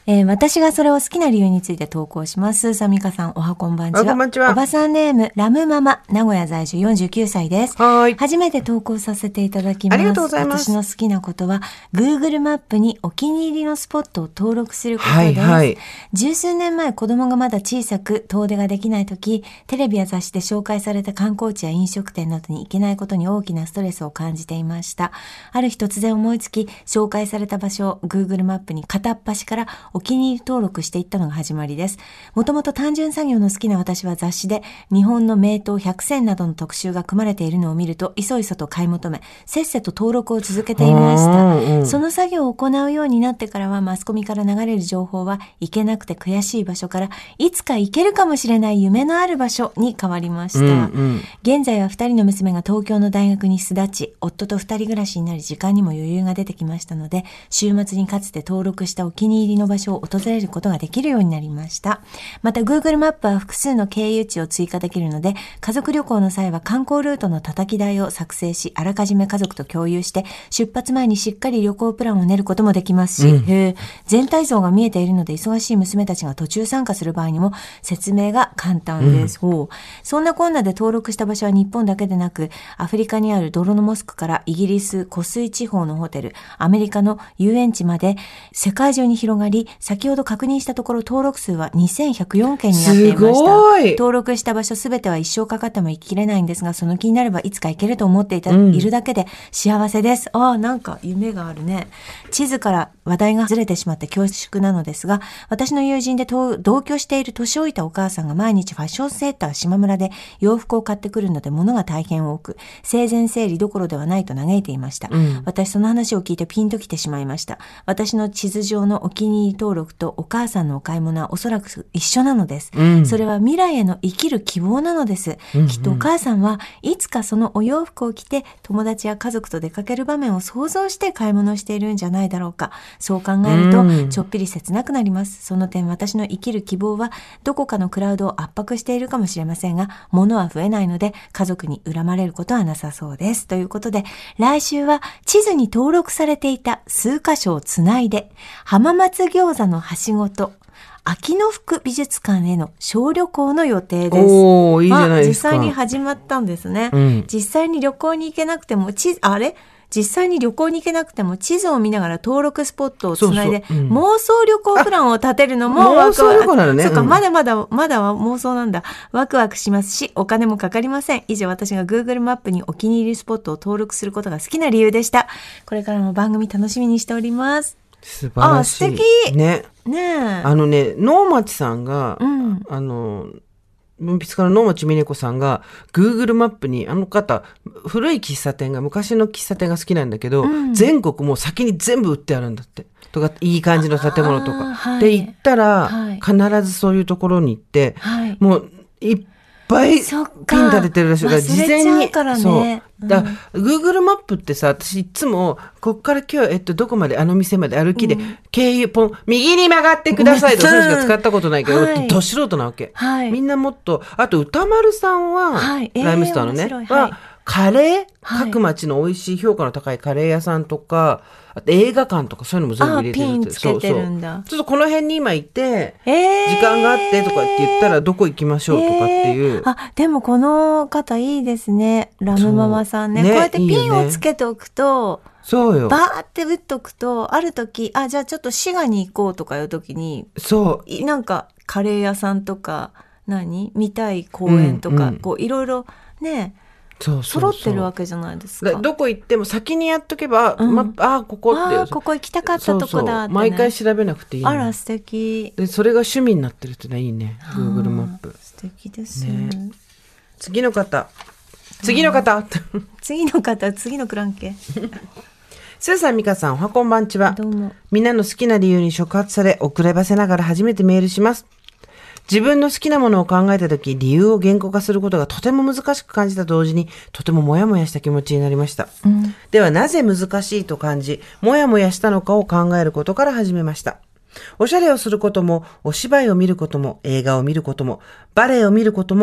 えー、私がそれを好きな理由について投稿します。さみかさん、おはこんばんちは。 おはこんばんちは。 おばさんネーム、ラムママ、名古屋在住よんじゅうきゅうさいです。 はい。 初めて投稿させていただきます。 ありがとうございます。 私の好きなことは、Google マップにお気に入りのスポットを登録することです。はいはい。十数年前、子供がまだ小さく、遠出ができないとき、テレビや雑誌で紹介された観光地や飲食店などに行けないことに大きなストレスを感じていました。ある日突然思いつき、紹介された場所を Google マップに片っ端からお気に入り登録していったのが始まりです。もともと単純作業の好きな私は雑誌で日本の名湯百選などの特集が組まれているのを見るといそいそと買い求め、せっせと登録を続けていました、うん、その作業を行うようになってからはマスコミから流れる情報は行けなくて悔しい場所からいつか行けるかもしれない夢のある場所に変わりました、うんうん、現在はふたりの娘が東京の大学に巣立ち、夫と二人暮らしになり時間にも余裕が出てきましたので、週末にかつて登録したお気に入りの場所を訪れることができるようになりました。また Google マップは複数の経由地を追加できるので、家族旅行の際は観光ルートの叩き台を作成し、あらかじめ家族と共有して出発前にしっかり旅行プランを練ることもできますし、うん、へ全体像が見えているので忙しい娘たちが途中参加する場合にも説明が簡単です、うん、そんなこんなで登録した場所は日本だけでなく、アフリカにある泥のモスクからイギリス湖水地方のホテル、アメリカの遊園地まで世界中に広がり、先ほど確認したところ登録数はにせんひゃくよんけんになっていました。登録した場所すべては一生かかっても行ききれないんですが、その気になればいつか行けると思っていた、うん、いるだけで幸せです。ああ、なんか夢があるね。地図から話題がずれてしまって恐縮なのですが、私の友人で同居している年老いたお母さんが毎日ファッションセンター島村で洋服を買ってくるので物が大変多く、生前整理どころではないと嘆いていました、うん、私その話を聞いてピンときてしまいました。私の地図上のお気に入り登録とお母さんのお買い物はおそらく一緒なのです、うん、それは未来への生きる希望なのです、うんうん、きっとお母さんはいつかそのお洋服を着て友達や家族と出かける場面を想像して買い物しているんじゃないだろうか。そう考えるとちょっぴり切なくなります。その点私の生きる希望はどこかのクラウドを圧迫しているかもしれませんが、物は増えないので家族に恨まれることはなさそうです。ということで、来週は地図に登録されていた数カ所をつないで浜松餃子のはしごと秋の福美術館への小旅行の予定です。 おー、いいじゃないですか。 実際に始まったんですね、うん、実際に旅行に行けなくても地あれ実際に旅行に行けなくても地図を見ながら登録スポットをつないで、そうそう、うん、妄想旅行プランを立てるのもワクワク。 妄想旅行なのね。 そうか、まだまだまだは妄想なんだ。ワクワクしますし、お金もかかりません。以上、私が Google マップにお気に入りスポットを登録することが好きな理由でした。これからも番組楽しみにしております。 素晴らしい。 あ、素敵。 ね。 ねえ。 あのね、能町さんが、 うん、 あの、文筆家の能町みね子さんが Google マップに、あの方古い喫茶店が昔の喫茶店が好きなんだけど、うん、全国もう先に全部売ってあるんだってとか、いい感じの建物とか、はい、で行ったら、はい、必ずそういうところに行って、はい、もういっぱいピン立ててるらしいから事前に、 からね、 そうだ、うん、Google マップってさ、私いつもこっから今日、えっと、どこまであの店まで歩きで、うん、経由ポン右に曲がってくださいと、それしか使ったことないけど、はい、ど素人なわけ、はい、みんなもっと、あと歌丸さんは、はい、ライムスターのね、えー、はカレー、はい、各町の美味しい評価の高いカレー屋さんとか、あと映画館とかそういうのも全部入れてるって。 あ、ピンつけてるんだ。 そうそう、ちょっとこの辺に今いて、えー、時間があってとかって言ったらどこ行きましょうとかっていう、えー、 あ、でもこの方いいですね、ラムママさん ね, ねこうやってピンをつけておくと、いい、ね、 そうよ、 バーって打っとくと、ある時、あ、じゃあちょっと滋賀に行こうとかいう時に、 そうなんかカレー屋さんとか何見たい公園とか、うんうん、こういろいろね、そうそうそう、揃ってるわけじゃないですか。 どこ行っても先にやっとけば、うん、ま、あここってあここ行きたかったとこだって、ね、そうそう、 毎回調べなくていい、ね、 あら素敵で、それが趣味になってるってのはいいね、 Google マップ素敵ですね。次の方次の方次の方次のクランケスーさん、ミカさん、おはこんばんちは。 どうも。 みんなの好きな理由に触発され、遅ればせながら初めてメールします。自分の好きなものを考えたとき、理由を言語化することがとても難しく感じた同時に、とてもモヤモヤした気持ちになりました。うん、では、なぜ難しいと感じ、モヤモヤしたのかを考えることから始めました。おしゃれをすることも、お芝居を見ることも、映画を見ることも、バレエを見ることも、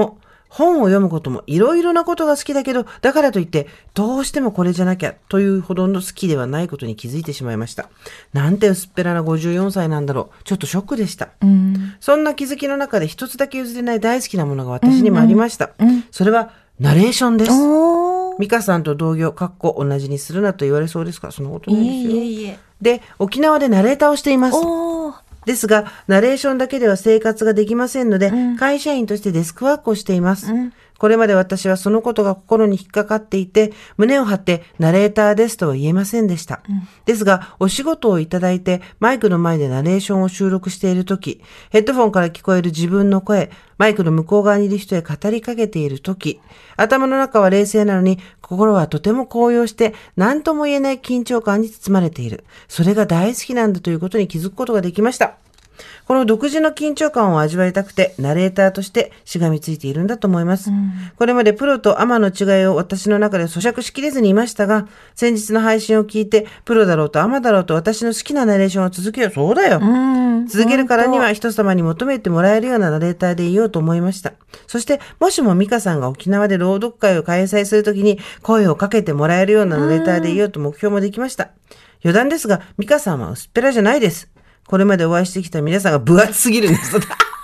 本を読むこともいろいろなことが好きだけど、だからといってどうしてもこれじゃなきゃというほどの好きではないことに気づいてしまいました。なんて薄っぺらなごじゅうよんさいなんだろう。ちょっとショックでした。うん、そんな気づきの中で一つだけ譲れない大好きなものが私にもありました。うんうん、それはナレーションです。美香さんと同業、かっこ同じにするなと言われそうですか？そんなことないですよ。いえいえいえ。で、沖縄でナレーターをしています。ですが、ナレーションだけでは生活ができませんので、うん、会社員としてデスクワークをしています。うん、これまで私はそのことが心に引っかかっていて、胸を張ってナレーターですとは言えませんでした。うん、ですが、お仕事をいただいて、マイクの前でナレーションを収録しているとき、ヘッドフォンから聞こえる自分の声、マイクの向こう側にいる人へ語りかけているとき、頭の中は冷静なのに、心はとても高揚して、何とも言えない緊張感に包まれている。それが大好きなんだということに気づくことができました。この独自の緊張感を味わいたくて、ナレーターとしてしがみついているんだと思います。うん、これまでプロとアマの違いを私の中で咀嚼しきれずにいましたが、先日の配信を聞いて、プロだろうとアマだろうと私の好きなナレーションを続けよう。そうだよ。うん、続けるからには人様に求めてもらえるようなナレーターでいようと思いました。そして、もしも美香さんが沖縄で朗読会を開催するときに声をかけてもらえるようなナレーターでいようと目標もできました。余談ですが、美香さんは薄っぺらじゃないです。これまでお会いしてきた皆さんが分厚すぎるんです。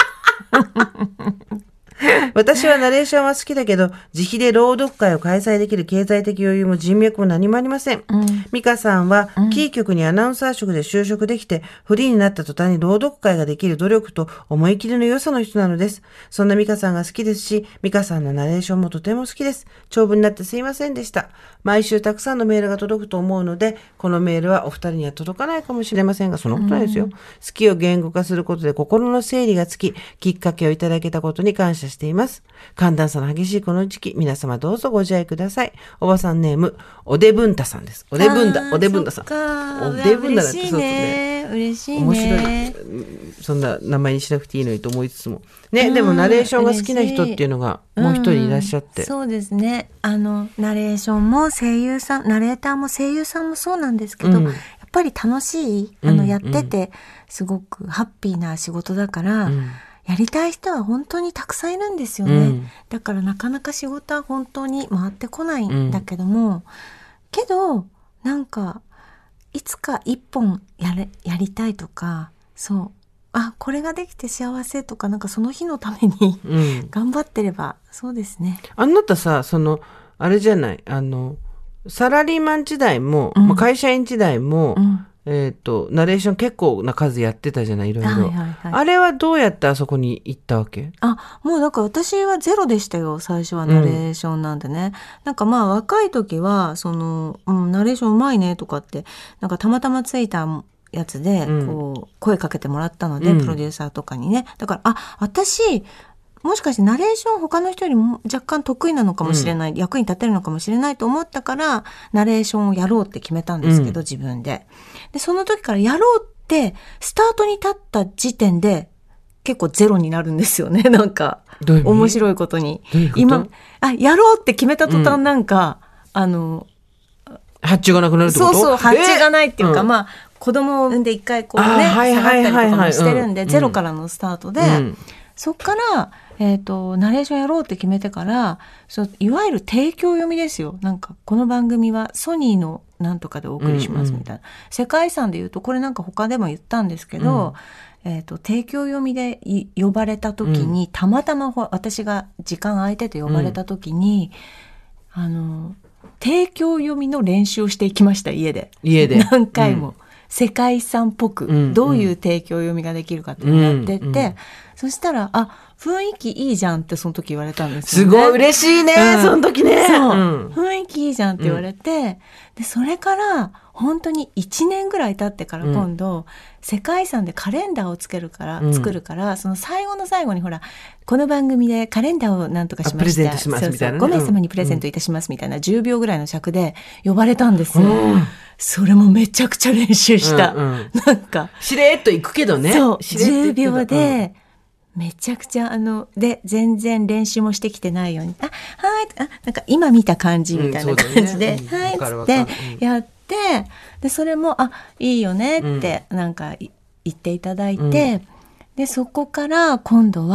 私はナレーションは好きだけど、自費で朗読会を開催できる経済的余裕も人脈も何もありません。うん、美香さんは、キー局にアナウンサー職で就職できて、フリーになった途端に朗読会ができる努力と思い切りの良さの人なのです。そんな美香さんが好きですし、美香さんのナレーションもとても好きです。長文になってすいませんでした。毎週たくさんのメールが届くと思うので、このメールはお二人には届かないかもしれませんが、そんなことないですよ。うん、好きを言語化することで心の整理がつき、きっかけをいただけたことに感謝しています。寒暖差の激しいこの時期、皆様どうぞご自愛ください。おばさんネーム、おでぶんたさんです。おでぶんだ、おでぶんださん。おでぶんだだってそうですね。 嬉しいね。 面白い。そんな名前にしなくていいのにと思いつつも。ね、でもナレーションが好きな人っていうのがもう一人いらっしゃって。 うん、そうですね。あの、ナレーションも声優さん、ナレーターも声優さんもそうなんですけど、うん、やっぱり楽しい、あの、うん、やってて、すごくハッピーな仕事だから、うんやりたい人は本当にたくさんいるんですよね、うん、だからなかなか仕事は本当に回ってこないんだけども、うん、けどなんかいつか一本やれ、やりたいとかそうあこれができて幸せとかなんかその日のために、うん、頑張ってればそうですね。 あなたさそのあれじゃないあのサラリーマン時代も、うんまあ、会社員時代も、うんえっ、ー、と、ナレーション結構な数やってたじゃないいろいろ、はいはいはい。あれはどうやってあそこに行ったわけ？ あ、もうなんか私はゼロでしたよ、最初はナレーションなんでね。うん、なんかまあ若い時は、その、うん、ナレーションうまいねとかって、なんかたまたまついたやつで、こう、声かけてもらったので、うん、プロデューサーとかにね。だから、あ、私、もしかしてナレーション他の人よりも若干得意なのかもしれない、うん、役に立てるのかもしれないと思ったからナレーションをやろうって決めたんですけど、うん、自分で。でその時からやろうってスタートに立った時点で結構ゼロになるんですよね。なんか面白いことにどういうこと？ 今あやろうって決めた途端なんか、うん、あの発注がなくなるってこと？ そうそう発注がないっていうか、えーうん、まあ子供を産んで一回こうね下がったりとかもしてるんで、うん、ゼロからのスタートで、うん、そっからえーと、ナレーションやろうって決めてからそういわゆる提供読みですよ。なんかこの番組はソニーのなんとかでお送りしますみたいな、うんうん、世界遺産で言うとこれなんか他でも言ったんですけど、うんえーと、提供読みで呼ばれた時に、うん、たまたま私が時間空いてて呼ばれた時に、うん、あの提供読みの練習をしていきました。家で家で何回も、うん、世界遺産っぽく、うん、どういう提供読みができるかっていうのをやってって、うんうん、そしたらあ雰囲気いいじゃんってその時言われたんですよね。 すごい嬉しいね、うん、その時ね。 そう、うん、雰囲気いいじゃんって言われて、うん、でそれから本当にいちねんぐらい経ってから今度、うん、世界遺産でカレンダーをつけるから、うん、作るからその最後の最後にほらこの番組でカレンダーをなんとかしました、 プレゼントしますみたいな、ね、 そうそうごめい様にプレゼントいたしますみたいな、うん、じゅうびょうぐらいの尺で呼ばれたんですよ、うん、それもめちゃくちゃ練習した、うんうん、なんかしれっといくけどね。 そうじゅうびょうで、うんめちゃくちゃあので全然練習もしてきてないようにあはいあなんか今見た感じみたいな感じで、うんねうん、はいっつってやって、でそれもあいいよねってなんか言っていただいて、うん、でそこから今度は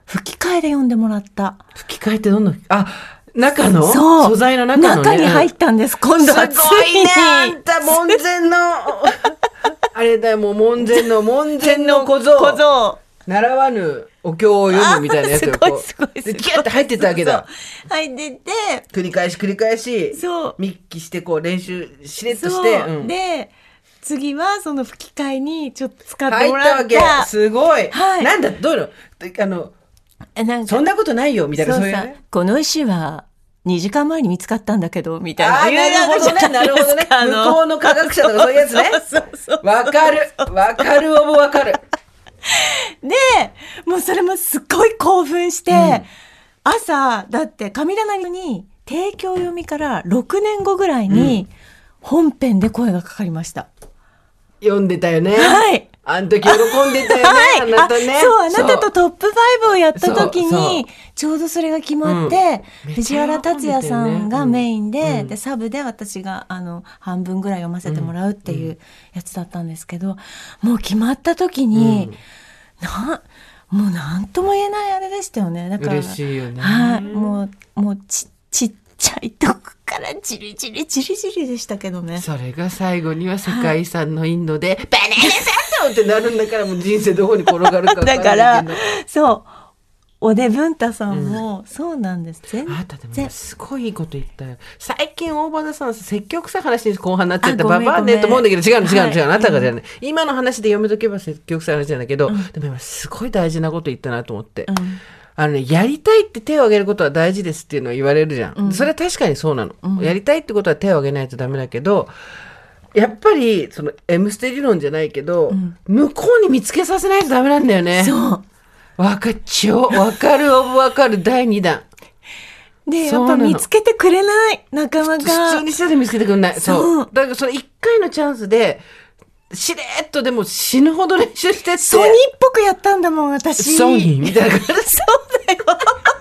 吹き替えで読んでもらった。 吹き替えってどんな、あ、中のそう素材の中のね。 中に入ったんです、今度はついに。 すごいね、あんた、門前の、あれだよ、もう門前の、門前の小僧。 小僧。 習わぬお経を読むみたいなやつをこう。 すごいすごいすごい。 で、キャって入ってたわけだ。 そうそう入ってて。 繰り返し繰り返し。 そう。 密記して、こう練習しれっとして。 うん、で、次はその吹き替えにちょっと使って入もらった。 入ったわけ。すごい。 はい。 なんだ、どういうのあの、なんそんなことないよ、みたいな。 そうそういうね。この石は、にじかんまえに見つかったんだけど、みたいな。 あ、なるほどね、なるほどね。向こうの科学者とかそういうやつね。 そうそう。 わかる。わかる、おぼわかる。 で、もうそれもすっごい興奮して、うん、朝、だって神棚に提供読みからろくねんごぐらいに本編で声がかかりました。 読んでたよね。 はい。 あの時喜んでたよね、はい、あなたね。 そう、あなたとトップファイブをやった時に、ちょうどそれが決まって、うん、藤原竜也さんがメインで、うん、で、サブで私が、あの、半分ぐらい読ませてもらうっていうやつだったんですけど、もう決まった時に、うん、な、もうなんとも言えないあれでしたよね。だから、 嬉しいよね。 はい、もう、もうち、ちっちゃいとこからじりじりじりじりでしたけどね。 それが最後には世界遺産のインドで、はい、バナナサンドってなるんだから、もう人生どこに転がるか分からないけど。だから、 そう。おでぶんたさんも、うん、そうなんです。全然。 あなたでもすごいいいこと言ったよ。最近大場さん積極さ話に後半になっちゃったババアねと思うんだけど、違うの違うの違うの、はい、あなたがじゃない、うん、今の話で読めとけば積極さ話なんだけど、うん、でも今すごい大事なこと言ったなと思って。うん、あのね、やりたいって手を挙げることは大事ですっていうのを言われるじゃん。うん、それは確かにそうなの、うん。やりたいってことは手を挙げないとダメだけど、やっぱりその M ステ理論じゃないけど、うん、向こうに見つけさせないとダメなんだよね。 そう。 わかっちょ、わかるオブわかるだいにだん。 で、やっぱ見つけてくれない。なかなか。 普通にしてで見つけてくれない。そう。だからそのいっかいのチャンスで、しれーっとでも死ぬほど練習してって。 ソニーっぽくやったんだもん、私。 ソニーみたいな感じ。そうだよ。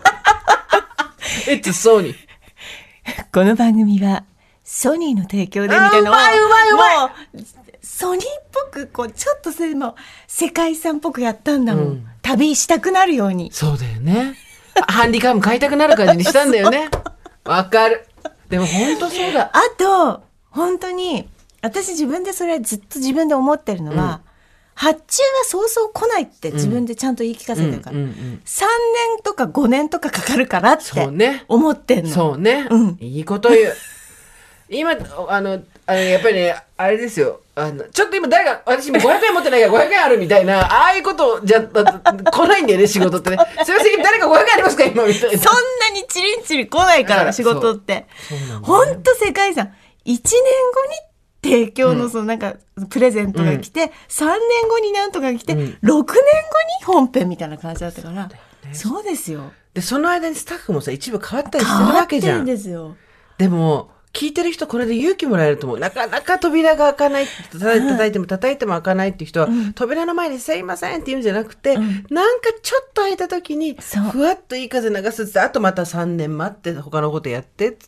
It's Sony。 この番組は、ソニーの提供でみたいなのを。 うまいうまいうまい。 ソニーっぽく、こう、ちょっとそれも、世界遺産っぽくやったんだもん。うん、旅したくなるように。 そうだよね。ハンディカム買いたくなる感じにしたんだよね。わかる。でも本当そうだ。 あと、本当に、私自分でそれずっと自分で思ってるのは、うん、発注はそうそう来ないって自分でちゃんと言い聞かせてるから、うんうんうん、さんねんとかごねんとかかかるからって思ってんの。 そうね。そうね。うん、いいこと言う。今、あの、あのやっぱりね、あれですよ。あのちょっと今誰が、私もごひゃくえん持ってないからごひゃくえんあるみたいな、ああいうことじゃ、来ないんだよね、仕事ってね。すいません、誰かごひゃくえんありますか今みたいな。 そんなにチリンチリ来ないから、仕事って。ほんと世界遺産。いちねんごに提供のそのなんか、プレゼントが来て、うん、さんねんごになんとか来て、うん、ろくねんごに本編みたいな感じだったから、そう、ね、そうですよ。 で、その間にスタッフもさ、一部変わったりしてるわけじゃん。 変わってるんですよ。 でも、聞いてる人これで勇気もらえると思う。なかなか扉が開かない。叩いても叩いても開かないっていう人は、うん、扉の前にすいませんって言うんじゃなくて、うん、なんかちょっと開いた時に、ふわっといい風流すって、あとまたさんねん待って他のことやってって。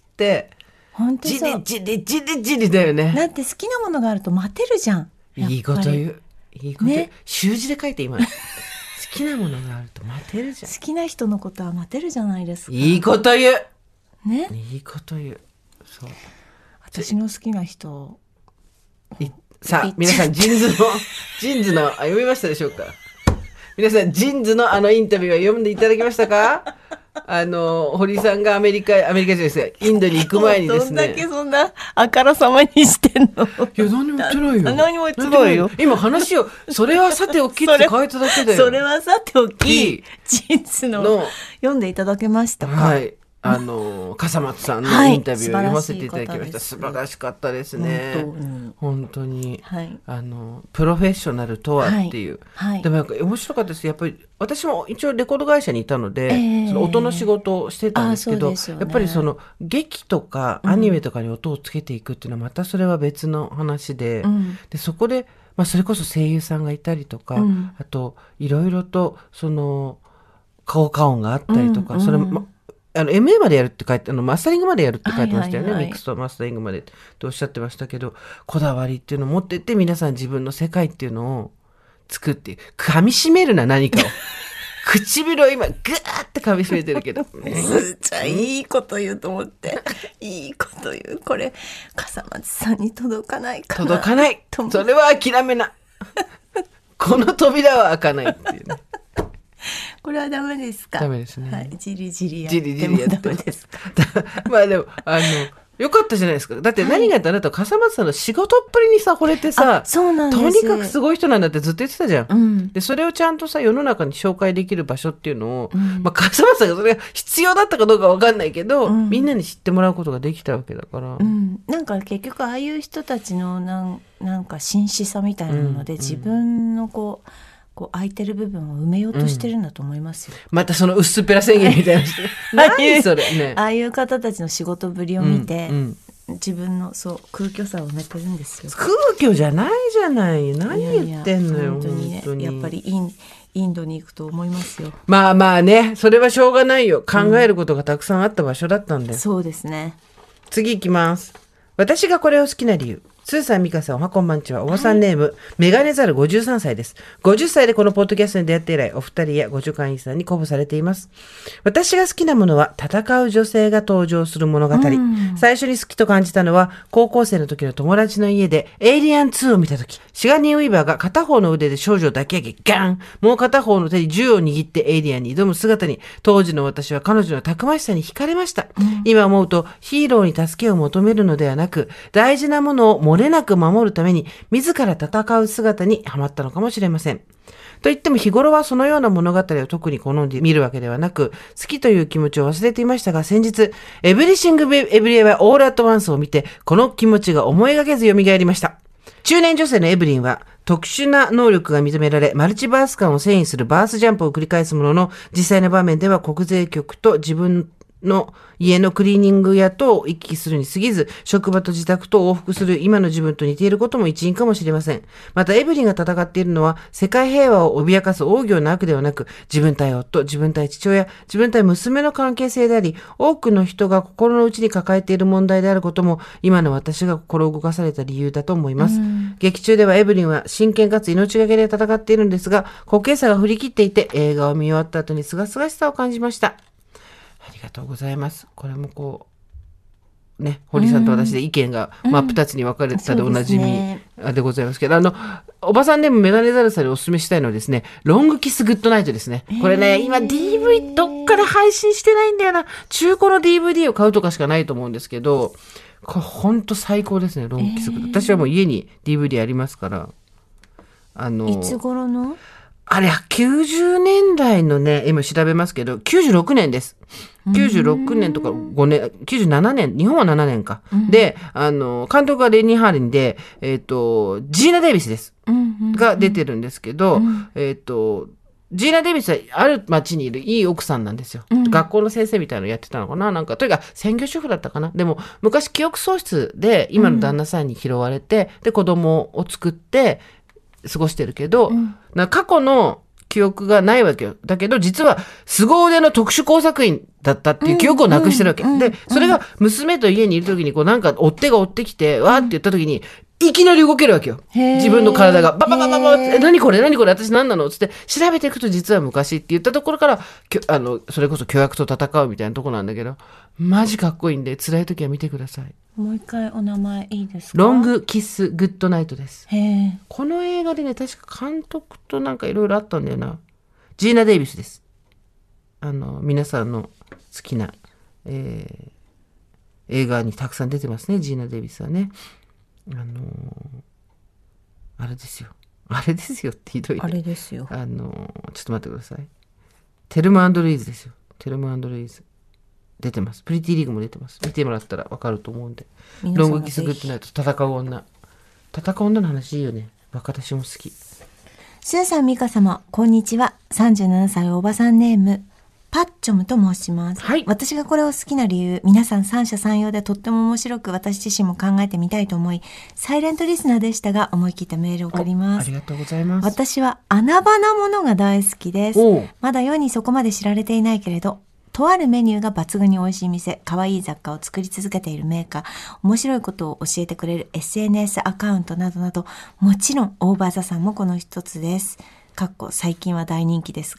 本当そう。 じりじりじりじりだよね。 だって好きなものがあると待てるじゃん。 いいこと言う。いいこと言う。ね、習字で書いて今。好きなものがあると待てるじゃん。 好きな人のことは待てるじゃないですか。 いいこと言う。 ね。 いいこと言う。そう。 私の好きな人。 さあ、皆さん、ジンズの、ジンズの、あ、読みましたでしょうか？皆さん、ジンズのあのインタビューは読んでいただきましたか？あの、堀さんがアメリカ、アメリカじゃないですか、インドに行く前にですね。 どんだけそんな、あからさまにしてんの？いや、 何も言ってないよ。 何も言ってないよ。 今話を、それはさておきって書いただけだよ。 それはさておき、ジンズの読んでいただけましたか？ はい。あの笠松さんのインタビューを読ませていただきました。素晴らしかったですね。本当に、本当に、はい、あのプロフェッショナルとはっていう、はいはい、でも面白かったです。やっぱり私も一応レコード会社にいたので、えー、その音の仕事をしてたんですけど、ね、やっぱりその劇とかアニメとかに音をつけていくっていうのはまたそれは別の話で、うん、でそこで、まあ、それこそ声優さんがいたりとか、うん、あといろいろとその効果音があったりとか、うんうん、それ、まあの エムエー までやるって書いて、あのマスタリングまでやるって書いてましたよね、はいはいはい、ミックスとマスタリングまでっておっしゃってましたけど、こだわりっていうのを持ってって皆さん自分の世界っていうのを作って噛み締めるな何かを唇を今グーって噛みしめてるけどすーちゃんいいこと言うと思っていいこと言う。これ笠松さんに届かないかな。 届かない。それは諦めな。この扉は開かないっていうね。 これはダメですか。 ダメですね。 はい、じりじりやっじりじてもりやってダメですか。 まあでもあのよかったじゃないですか。だって何があったら、あなた笠松さんの仕事っぷりにさ惚れてさ、 そうなんです。 とにかくすごい人なんだってずっと言ってたじゃん。 うん、 でそれをちゃんとさ世の中に紹介できる場所っていうのを、 うん、 まあ笠松さんがそれが必要だったかどうかわかんないけど、 うん、 みんなに知ってもらうことができたわけだから。 うん、なんか結局ああいう人たちのなんなんか真摯さみたいなので、うん、自分のこう。こう空いてる部分を埋めようとしてるんだと思いますよ。 うん、またその薄っぺら宣言みたいな人何それね。 ああいう方たちの仕事ぶりを見て、 うんうん、 自分のそう空虚さを埋めてるんですよ。 空虚じゃないじゃない。何言ってんのよ。いやいや本当にね、 本当にやっぱりインインドに行くと思いますよ。 まあまあね、それはしょうがないよ。考えることがたくさんあった場所だったんで、 うん、そうですね。 次行きます。私がこれを好きな理由。スーさん、ミカさん、おはこんばんちは。おばさんネーム、はい、メガネザルごじゅうさんさいです。ごじゅっさいでこのポッドキャストに出会って以来、お二人やご助会員さんに鼓舞されています。私が好きなものは、戦う女性が登場する物語。最初に好きと感じたのは、高校生の時の友達の家で、エイリアンツーを見た時、シガニー・ウィーバーが片方の腕で少女を抱き上げ、ガン！もう片方の手に銃を握ってエイリアンに挑む姿に、当時の私は彼女のたくましさに惹かれました。うん、今思うと、ヒーローに助けを求めるのではなく、大事なものを漏れなく守るために自ら戦う姿にハマったのかもしれません。と言っても日頃はそのような物語を特に好んで見るわけではなく、好きという気持ちを忘れていましたが、先日エブリシング・エブリエはオール・アット・ワンスを見て、この気持ちが思いがけず蘇りました。中年女性のエブリンは特殊な能力が認められ、マルチバース感を遷移するバースジャンプを繰り返すものの、実際の場面では国税局と自分の家のクリーニング屋と行き来するに過ぎず、職場と自宅と往復する今の自分と似ていることも一因かもしれません。またエブリンが戦っているのは世界平和を脅かす大行な悪ではなく、自分対夫、自分対父親、自分対娘の関係性であり、多くの人が心の内に抱えている問題であることも今の私が心動かされた理由だと思います。劇中ではエブリンは真剣かつ命がけで戦っているんですが、滑稽さが振り切っていて、映画を見終わった後に清々しさを感じました。ありがとうございます。これもこうね、堀さんと私で意見が真っ二つに分かれてたでおなじみでございますけど、あのおばさんでもメガネザルさんでお勧めしたいのはですね、ロングキスグッドナイトですね。これね、今 ディーブイディー どっから配信してないんだよな。中古の ディーブイディー を買うとかしかないと思うんですけど、これほんと最高ですね、ロングキスグッド。私はもう家に ディーブイディー ありますから。あのいつ頃のあれきゅうじゅうねんだいのね、今調べますけどきゅうじゅうろくねんです。きゅうじゅうろくねんとかごねん、きゅうじゅうななねん、日本はななねんか。うん、で、あの、監督がレニー・ハーリンで、えっと、ジーナ・デイビスです。うんうんうん、が出てるんですけど、うん、えっと、ジーナ・デイビスはある町にいるいい奥さんなんですよ。うん、学校の先生みたいなのやってたのかな、なんか、というか専業主婦だったかな。でも、昔記憶喪失で今の旦那さんに拾われて、うん、で、子供を作って過ごしてるけど、うん、な過去の記憶がないわけよ。だけど実は凄腕の特殊工作員だったっていう記憶をなくしてるわけ。うんうん、で、それが娘と家にいる時にこうなんか追っ手が追ってきて、わーって言った時に、いきなり動けるわけよ。自分の体が。バババババえ、何これ何これ私何なのつって調べていくと実は昔って言ったところから、あの、それこそ巨悪と戦うみたいなとこなんだけど、マジかっこいいんで辛い時は見てください。 もう一回お名前いいですか？ ロングキスグッドナイトです。 へー。 この映画でね、確か監督となんかいろいろあったんだよな。ジーナ・デイビスです。あの皆さんの好きな、えー、映画にたくさん出てますね。ジーナ・デイビスはね。あのー、あれですよ。あれですよってひどい、ね。 あれですよ。 あのー、ちょっと待ってください。テルマ&ルイーズですよ。テルマ&ルイーズ。出てます。プリティリーグも出てます。見てもらったら分かると思うんで。ロングキスグッドナイト、戦う女。戦う女の話いいよね。私も好き。 スーさん、ミカ様、こんにちは。さんじゅうななさいおばさんネーム、パッチョムと申します。 はい。 私がこれを好きな理由、皆さん三者三様でとっても面白く、私自身も考えてみたいと思い、サイレントリスナーでしたが、思い切ったメールを送ります。 ありがとうございます。 私は穴場なものが大好きです。まだ世にそこまで知られていないけれど、とあるメニューが抜群に美味しい店、可愛い雑貨を作り続けているメーカー、面白いことを教えてくれる エスエヌエス アカウントなどなど、もちろんオーバーザさんもこの一つです。かっこ最近は大人気ですが、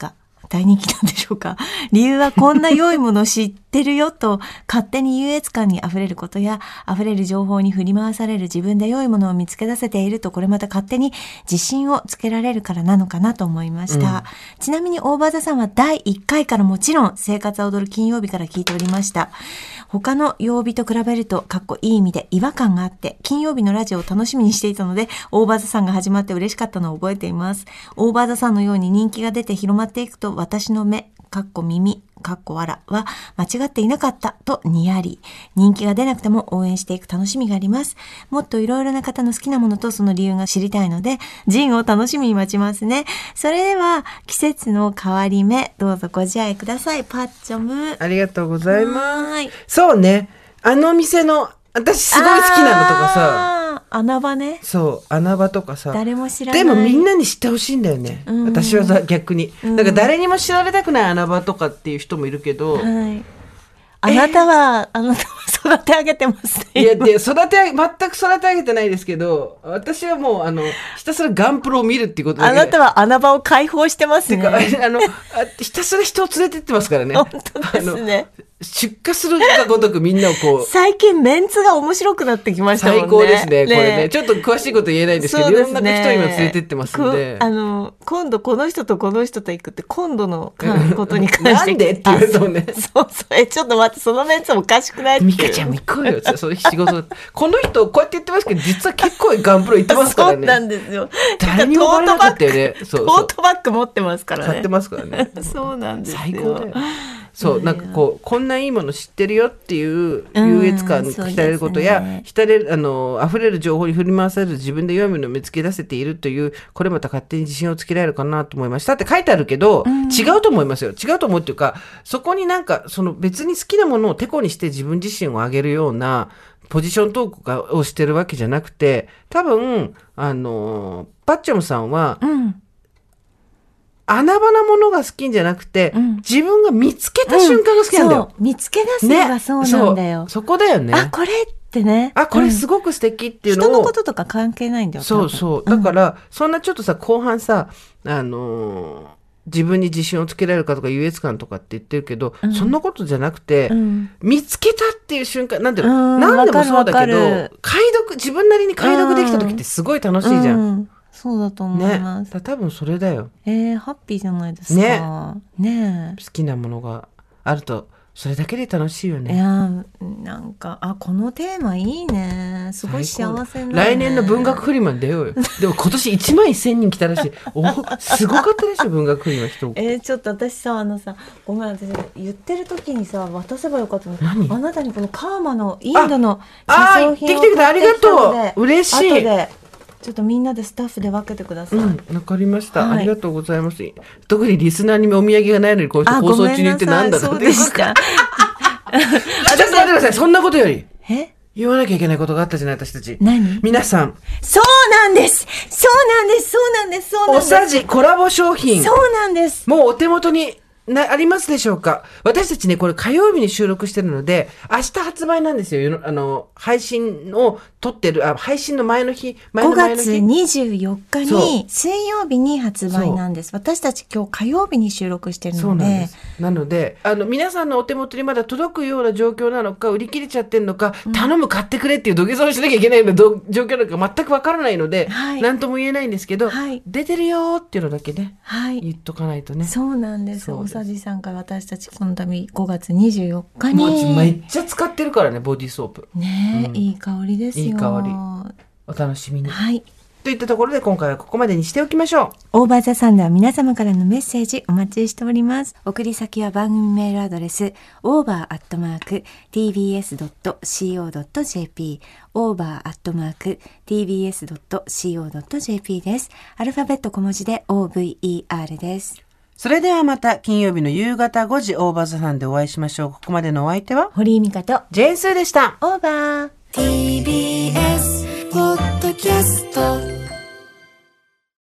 大人気なんでしょうか。理由はこんな良いもの知ってるよと勝手に優越感にあふれることや、あふれる情報に振り回される自分で良いものを見つけ出せていると、これまた勝手に自信をつけられるからなのかなと思いました。うん、ちなみにオーバーザさんはだいいっかいからもちろん生活は踊る金曜日から聞いておりました。他の曜日と比べるとかっこいい意味で違和感があって、金曜日のラジオを楽しみにしていたので、オーバーザさんが始まって嬉しかったのを覚えています。オーバーザさんのように人気が出て広まっていくと、私の目かっこ耳かっこわらは間違っていなかったとにやり、人気が出なくても応援していく楽しみがあります。もっといろいろな方の好きなものとその理由が知りたいので、ジンを楽しみに待ちますね。それでは季節の変わり目、どうぞご自愛ください。パッチョム。 ありがとうございます。そうね、あの店の私すごい好きなのとかさ、 穴場ね。 そう、穴場とかさ、 誰も知らない。 でもみんなに知ってほしいんだよね、うん、私は逆に、うん、だから誰にも知られたくない穴場とかっていう人もいるけど、はい、 あなたは、えー、あなたは育て上げてますね。 いや、で育て上げ全く育て上げてないですけど、私はもうあのひたすらガンプロを見るっていうことだけで、 あなたは穴場を開放してますね。 あのひたすら人を連れてってますからね。 本当ですね。 出荷するかごとくみんなをこう最近メンツが面白くなってきましたもんね。 最高ですね、これね。ちょっと詳しいこと言えないんですけど、いろんな人今連れてってますんで、 あの今度この人とこの人と行くって今度のことに関してなんでって言うとね、 そうそう、えちょっと待って、そのメンツもおかしくないって。 ミカちゃんも行こうよ、そういう仕事この人こうやって言ってますけど、実は結構ガンプロ行ってますからね。 そうなんですよ。 誰にもバレなかったよね。 トートバッグ持ってますからね。 買ってますからね。 そうなんですよ。 最高だよ。そう、なんかこう、こんないいもの知ってるよっていう優越感に浸れることや、ね、浸れる、あの、溢れる情報に振り回される自分で良いものを見つけ出せているという、これまた勝手に自信をつけられるかなと思いましたって書いてあるけど、うん、違うと思いますよ。違うと思うっていうか、そこになんか、その別に好きなものをてこにして自分自身を上げるような、ポジショントークをしてるわけじゃなくて、多分、あの、パッチョムさんは、うん穴場なものが好きんじゃなくて、うん、自分が見つけた瞬間が好きなんだよ。 うん、そう見つけ出すのがそうなんだよ。 ね、そ, そこだよね。 あ、これってね。 あ、これすごく素敵っていうのを、 うん、人のこととか関係ないんだよ。 そうそう。だから、うん、そんなちょっとさ、後半さ、あのー、自分に自信をつけられるかとか優越感とかって言ってるけど、うん、そんなことじゃなくて、うん、見つけたっていう瞬間、なんていうの、うん、何でもそうだけど、解読、自分なりに解読できた時ってすごい楽しいじゃん。うんそうだと思います。 ね、多分それだよ。 えー、ハッピーじゃないですか。ね、ね好きなものがあるとそれだけで楽しいよね。 いやなんかあこのテーマいいね。すごい幸せになる、ね。 来年の文学フリマに出ようよ。でも今年いちまんせんにん来たらしい。おすごかったでしょ文学フリマ人。 えー、ちょっと私さあのさごめん私言ってる時にさ渡せばよかったの。 何？ あなたにこのカーマのインドの化粧品を買ってきてくれてありがとう。嬉しい。 後でちょっとみんなでスタッフで分けてください。 うん、わかりました、はい。ありがとうございます。特にリスナーにお土産がないのにこうして放送中に言ってなんだろうって。そうでした。ちょっと待ってください。そんなことより。え？言わなきゃいけないことがあったじゃない私たち。 何？ 皆さん。 そうなんです。そうなんです。そうなんです。そうなんです。 おさじコラボ商品。 そうなんです。 もうお手元に。な、ありますでしょうか。私たちね、これ火曜日に収録してるので、明日発売なんですよ。あの、配信を撮ってる、あ、配信の前の日、前の前の日。 ごがつにじゅうよっかに、水曜日に発売なんです。私たち今日火曜日に収録してるので。 そうなんです。なので、あの、皆さんのお手元にまだ届くような状況なのか、売り切れちゃってるのか、うん、頼む買ってくれっていう土下座をしなきゃいけないような状況なのか全くわからないので、はい、なんとも言えないんですけど、はい、出てるよっていうのだけね、はい、言っとかないとね。 そうなんです。おさじさんから私私たちこの度ごがつにじゅうよっかにもうめっちゃ使ってるからねボディーソープねえ、うん、いい香りですよ。 いい香りお楽しみに、 はい、 といったところで今回はここまでにしておきましょう。 オーバーザさんでは皆様からのメッセージお待ちしております。送り先は番組メールアドレス オーバー アットマーク ティービーエス ドット シーオー ドット ジェーピー オーバー アットマーク ティービーエス ドット シーオー ドット ジェーピー です。アルファベット小文字で オーブイイーアール です。 それではまた金曜日の夕方ごじオーバーザさんでお会いしましょう。ここまでのお相手は堀井美香とジェーンスーでした。 オーバーティービーエス ポッドキャスト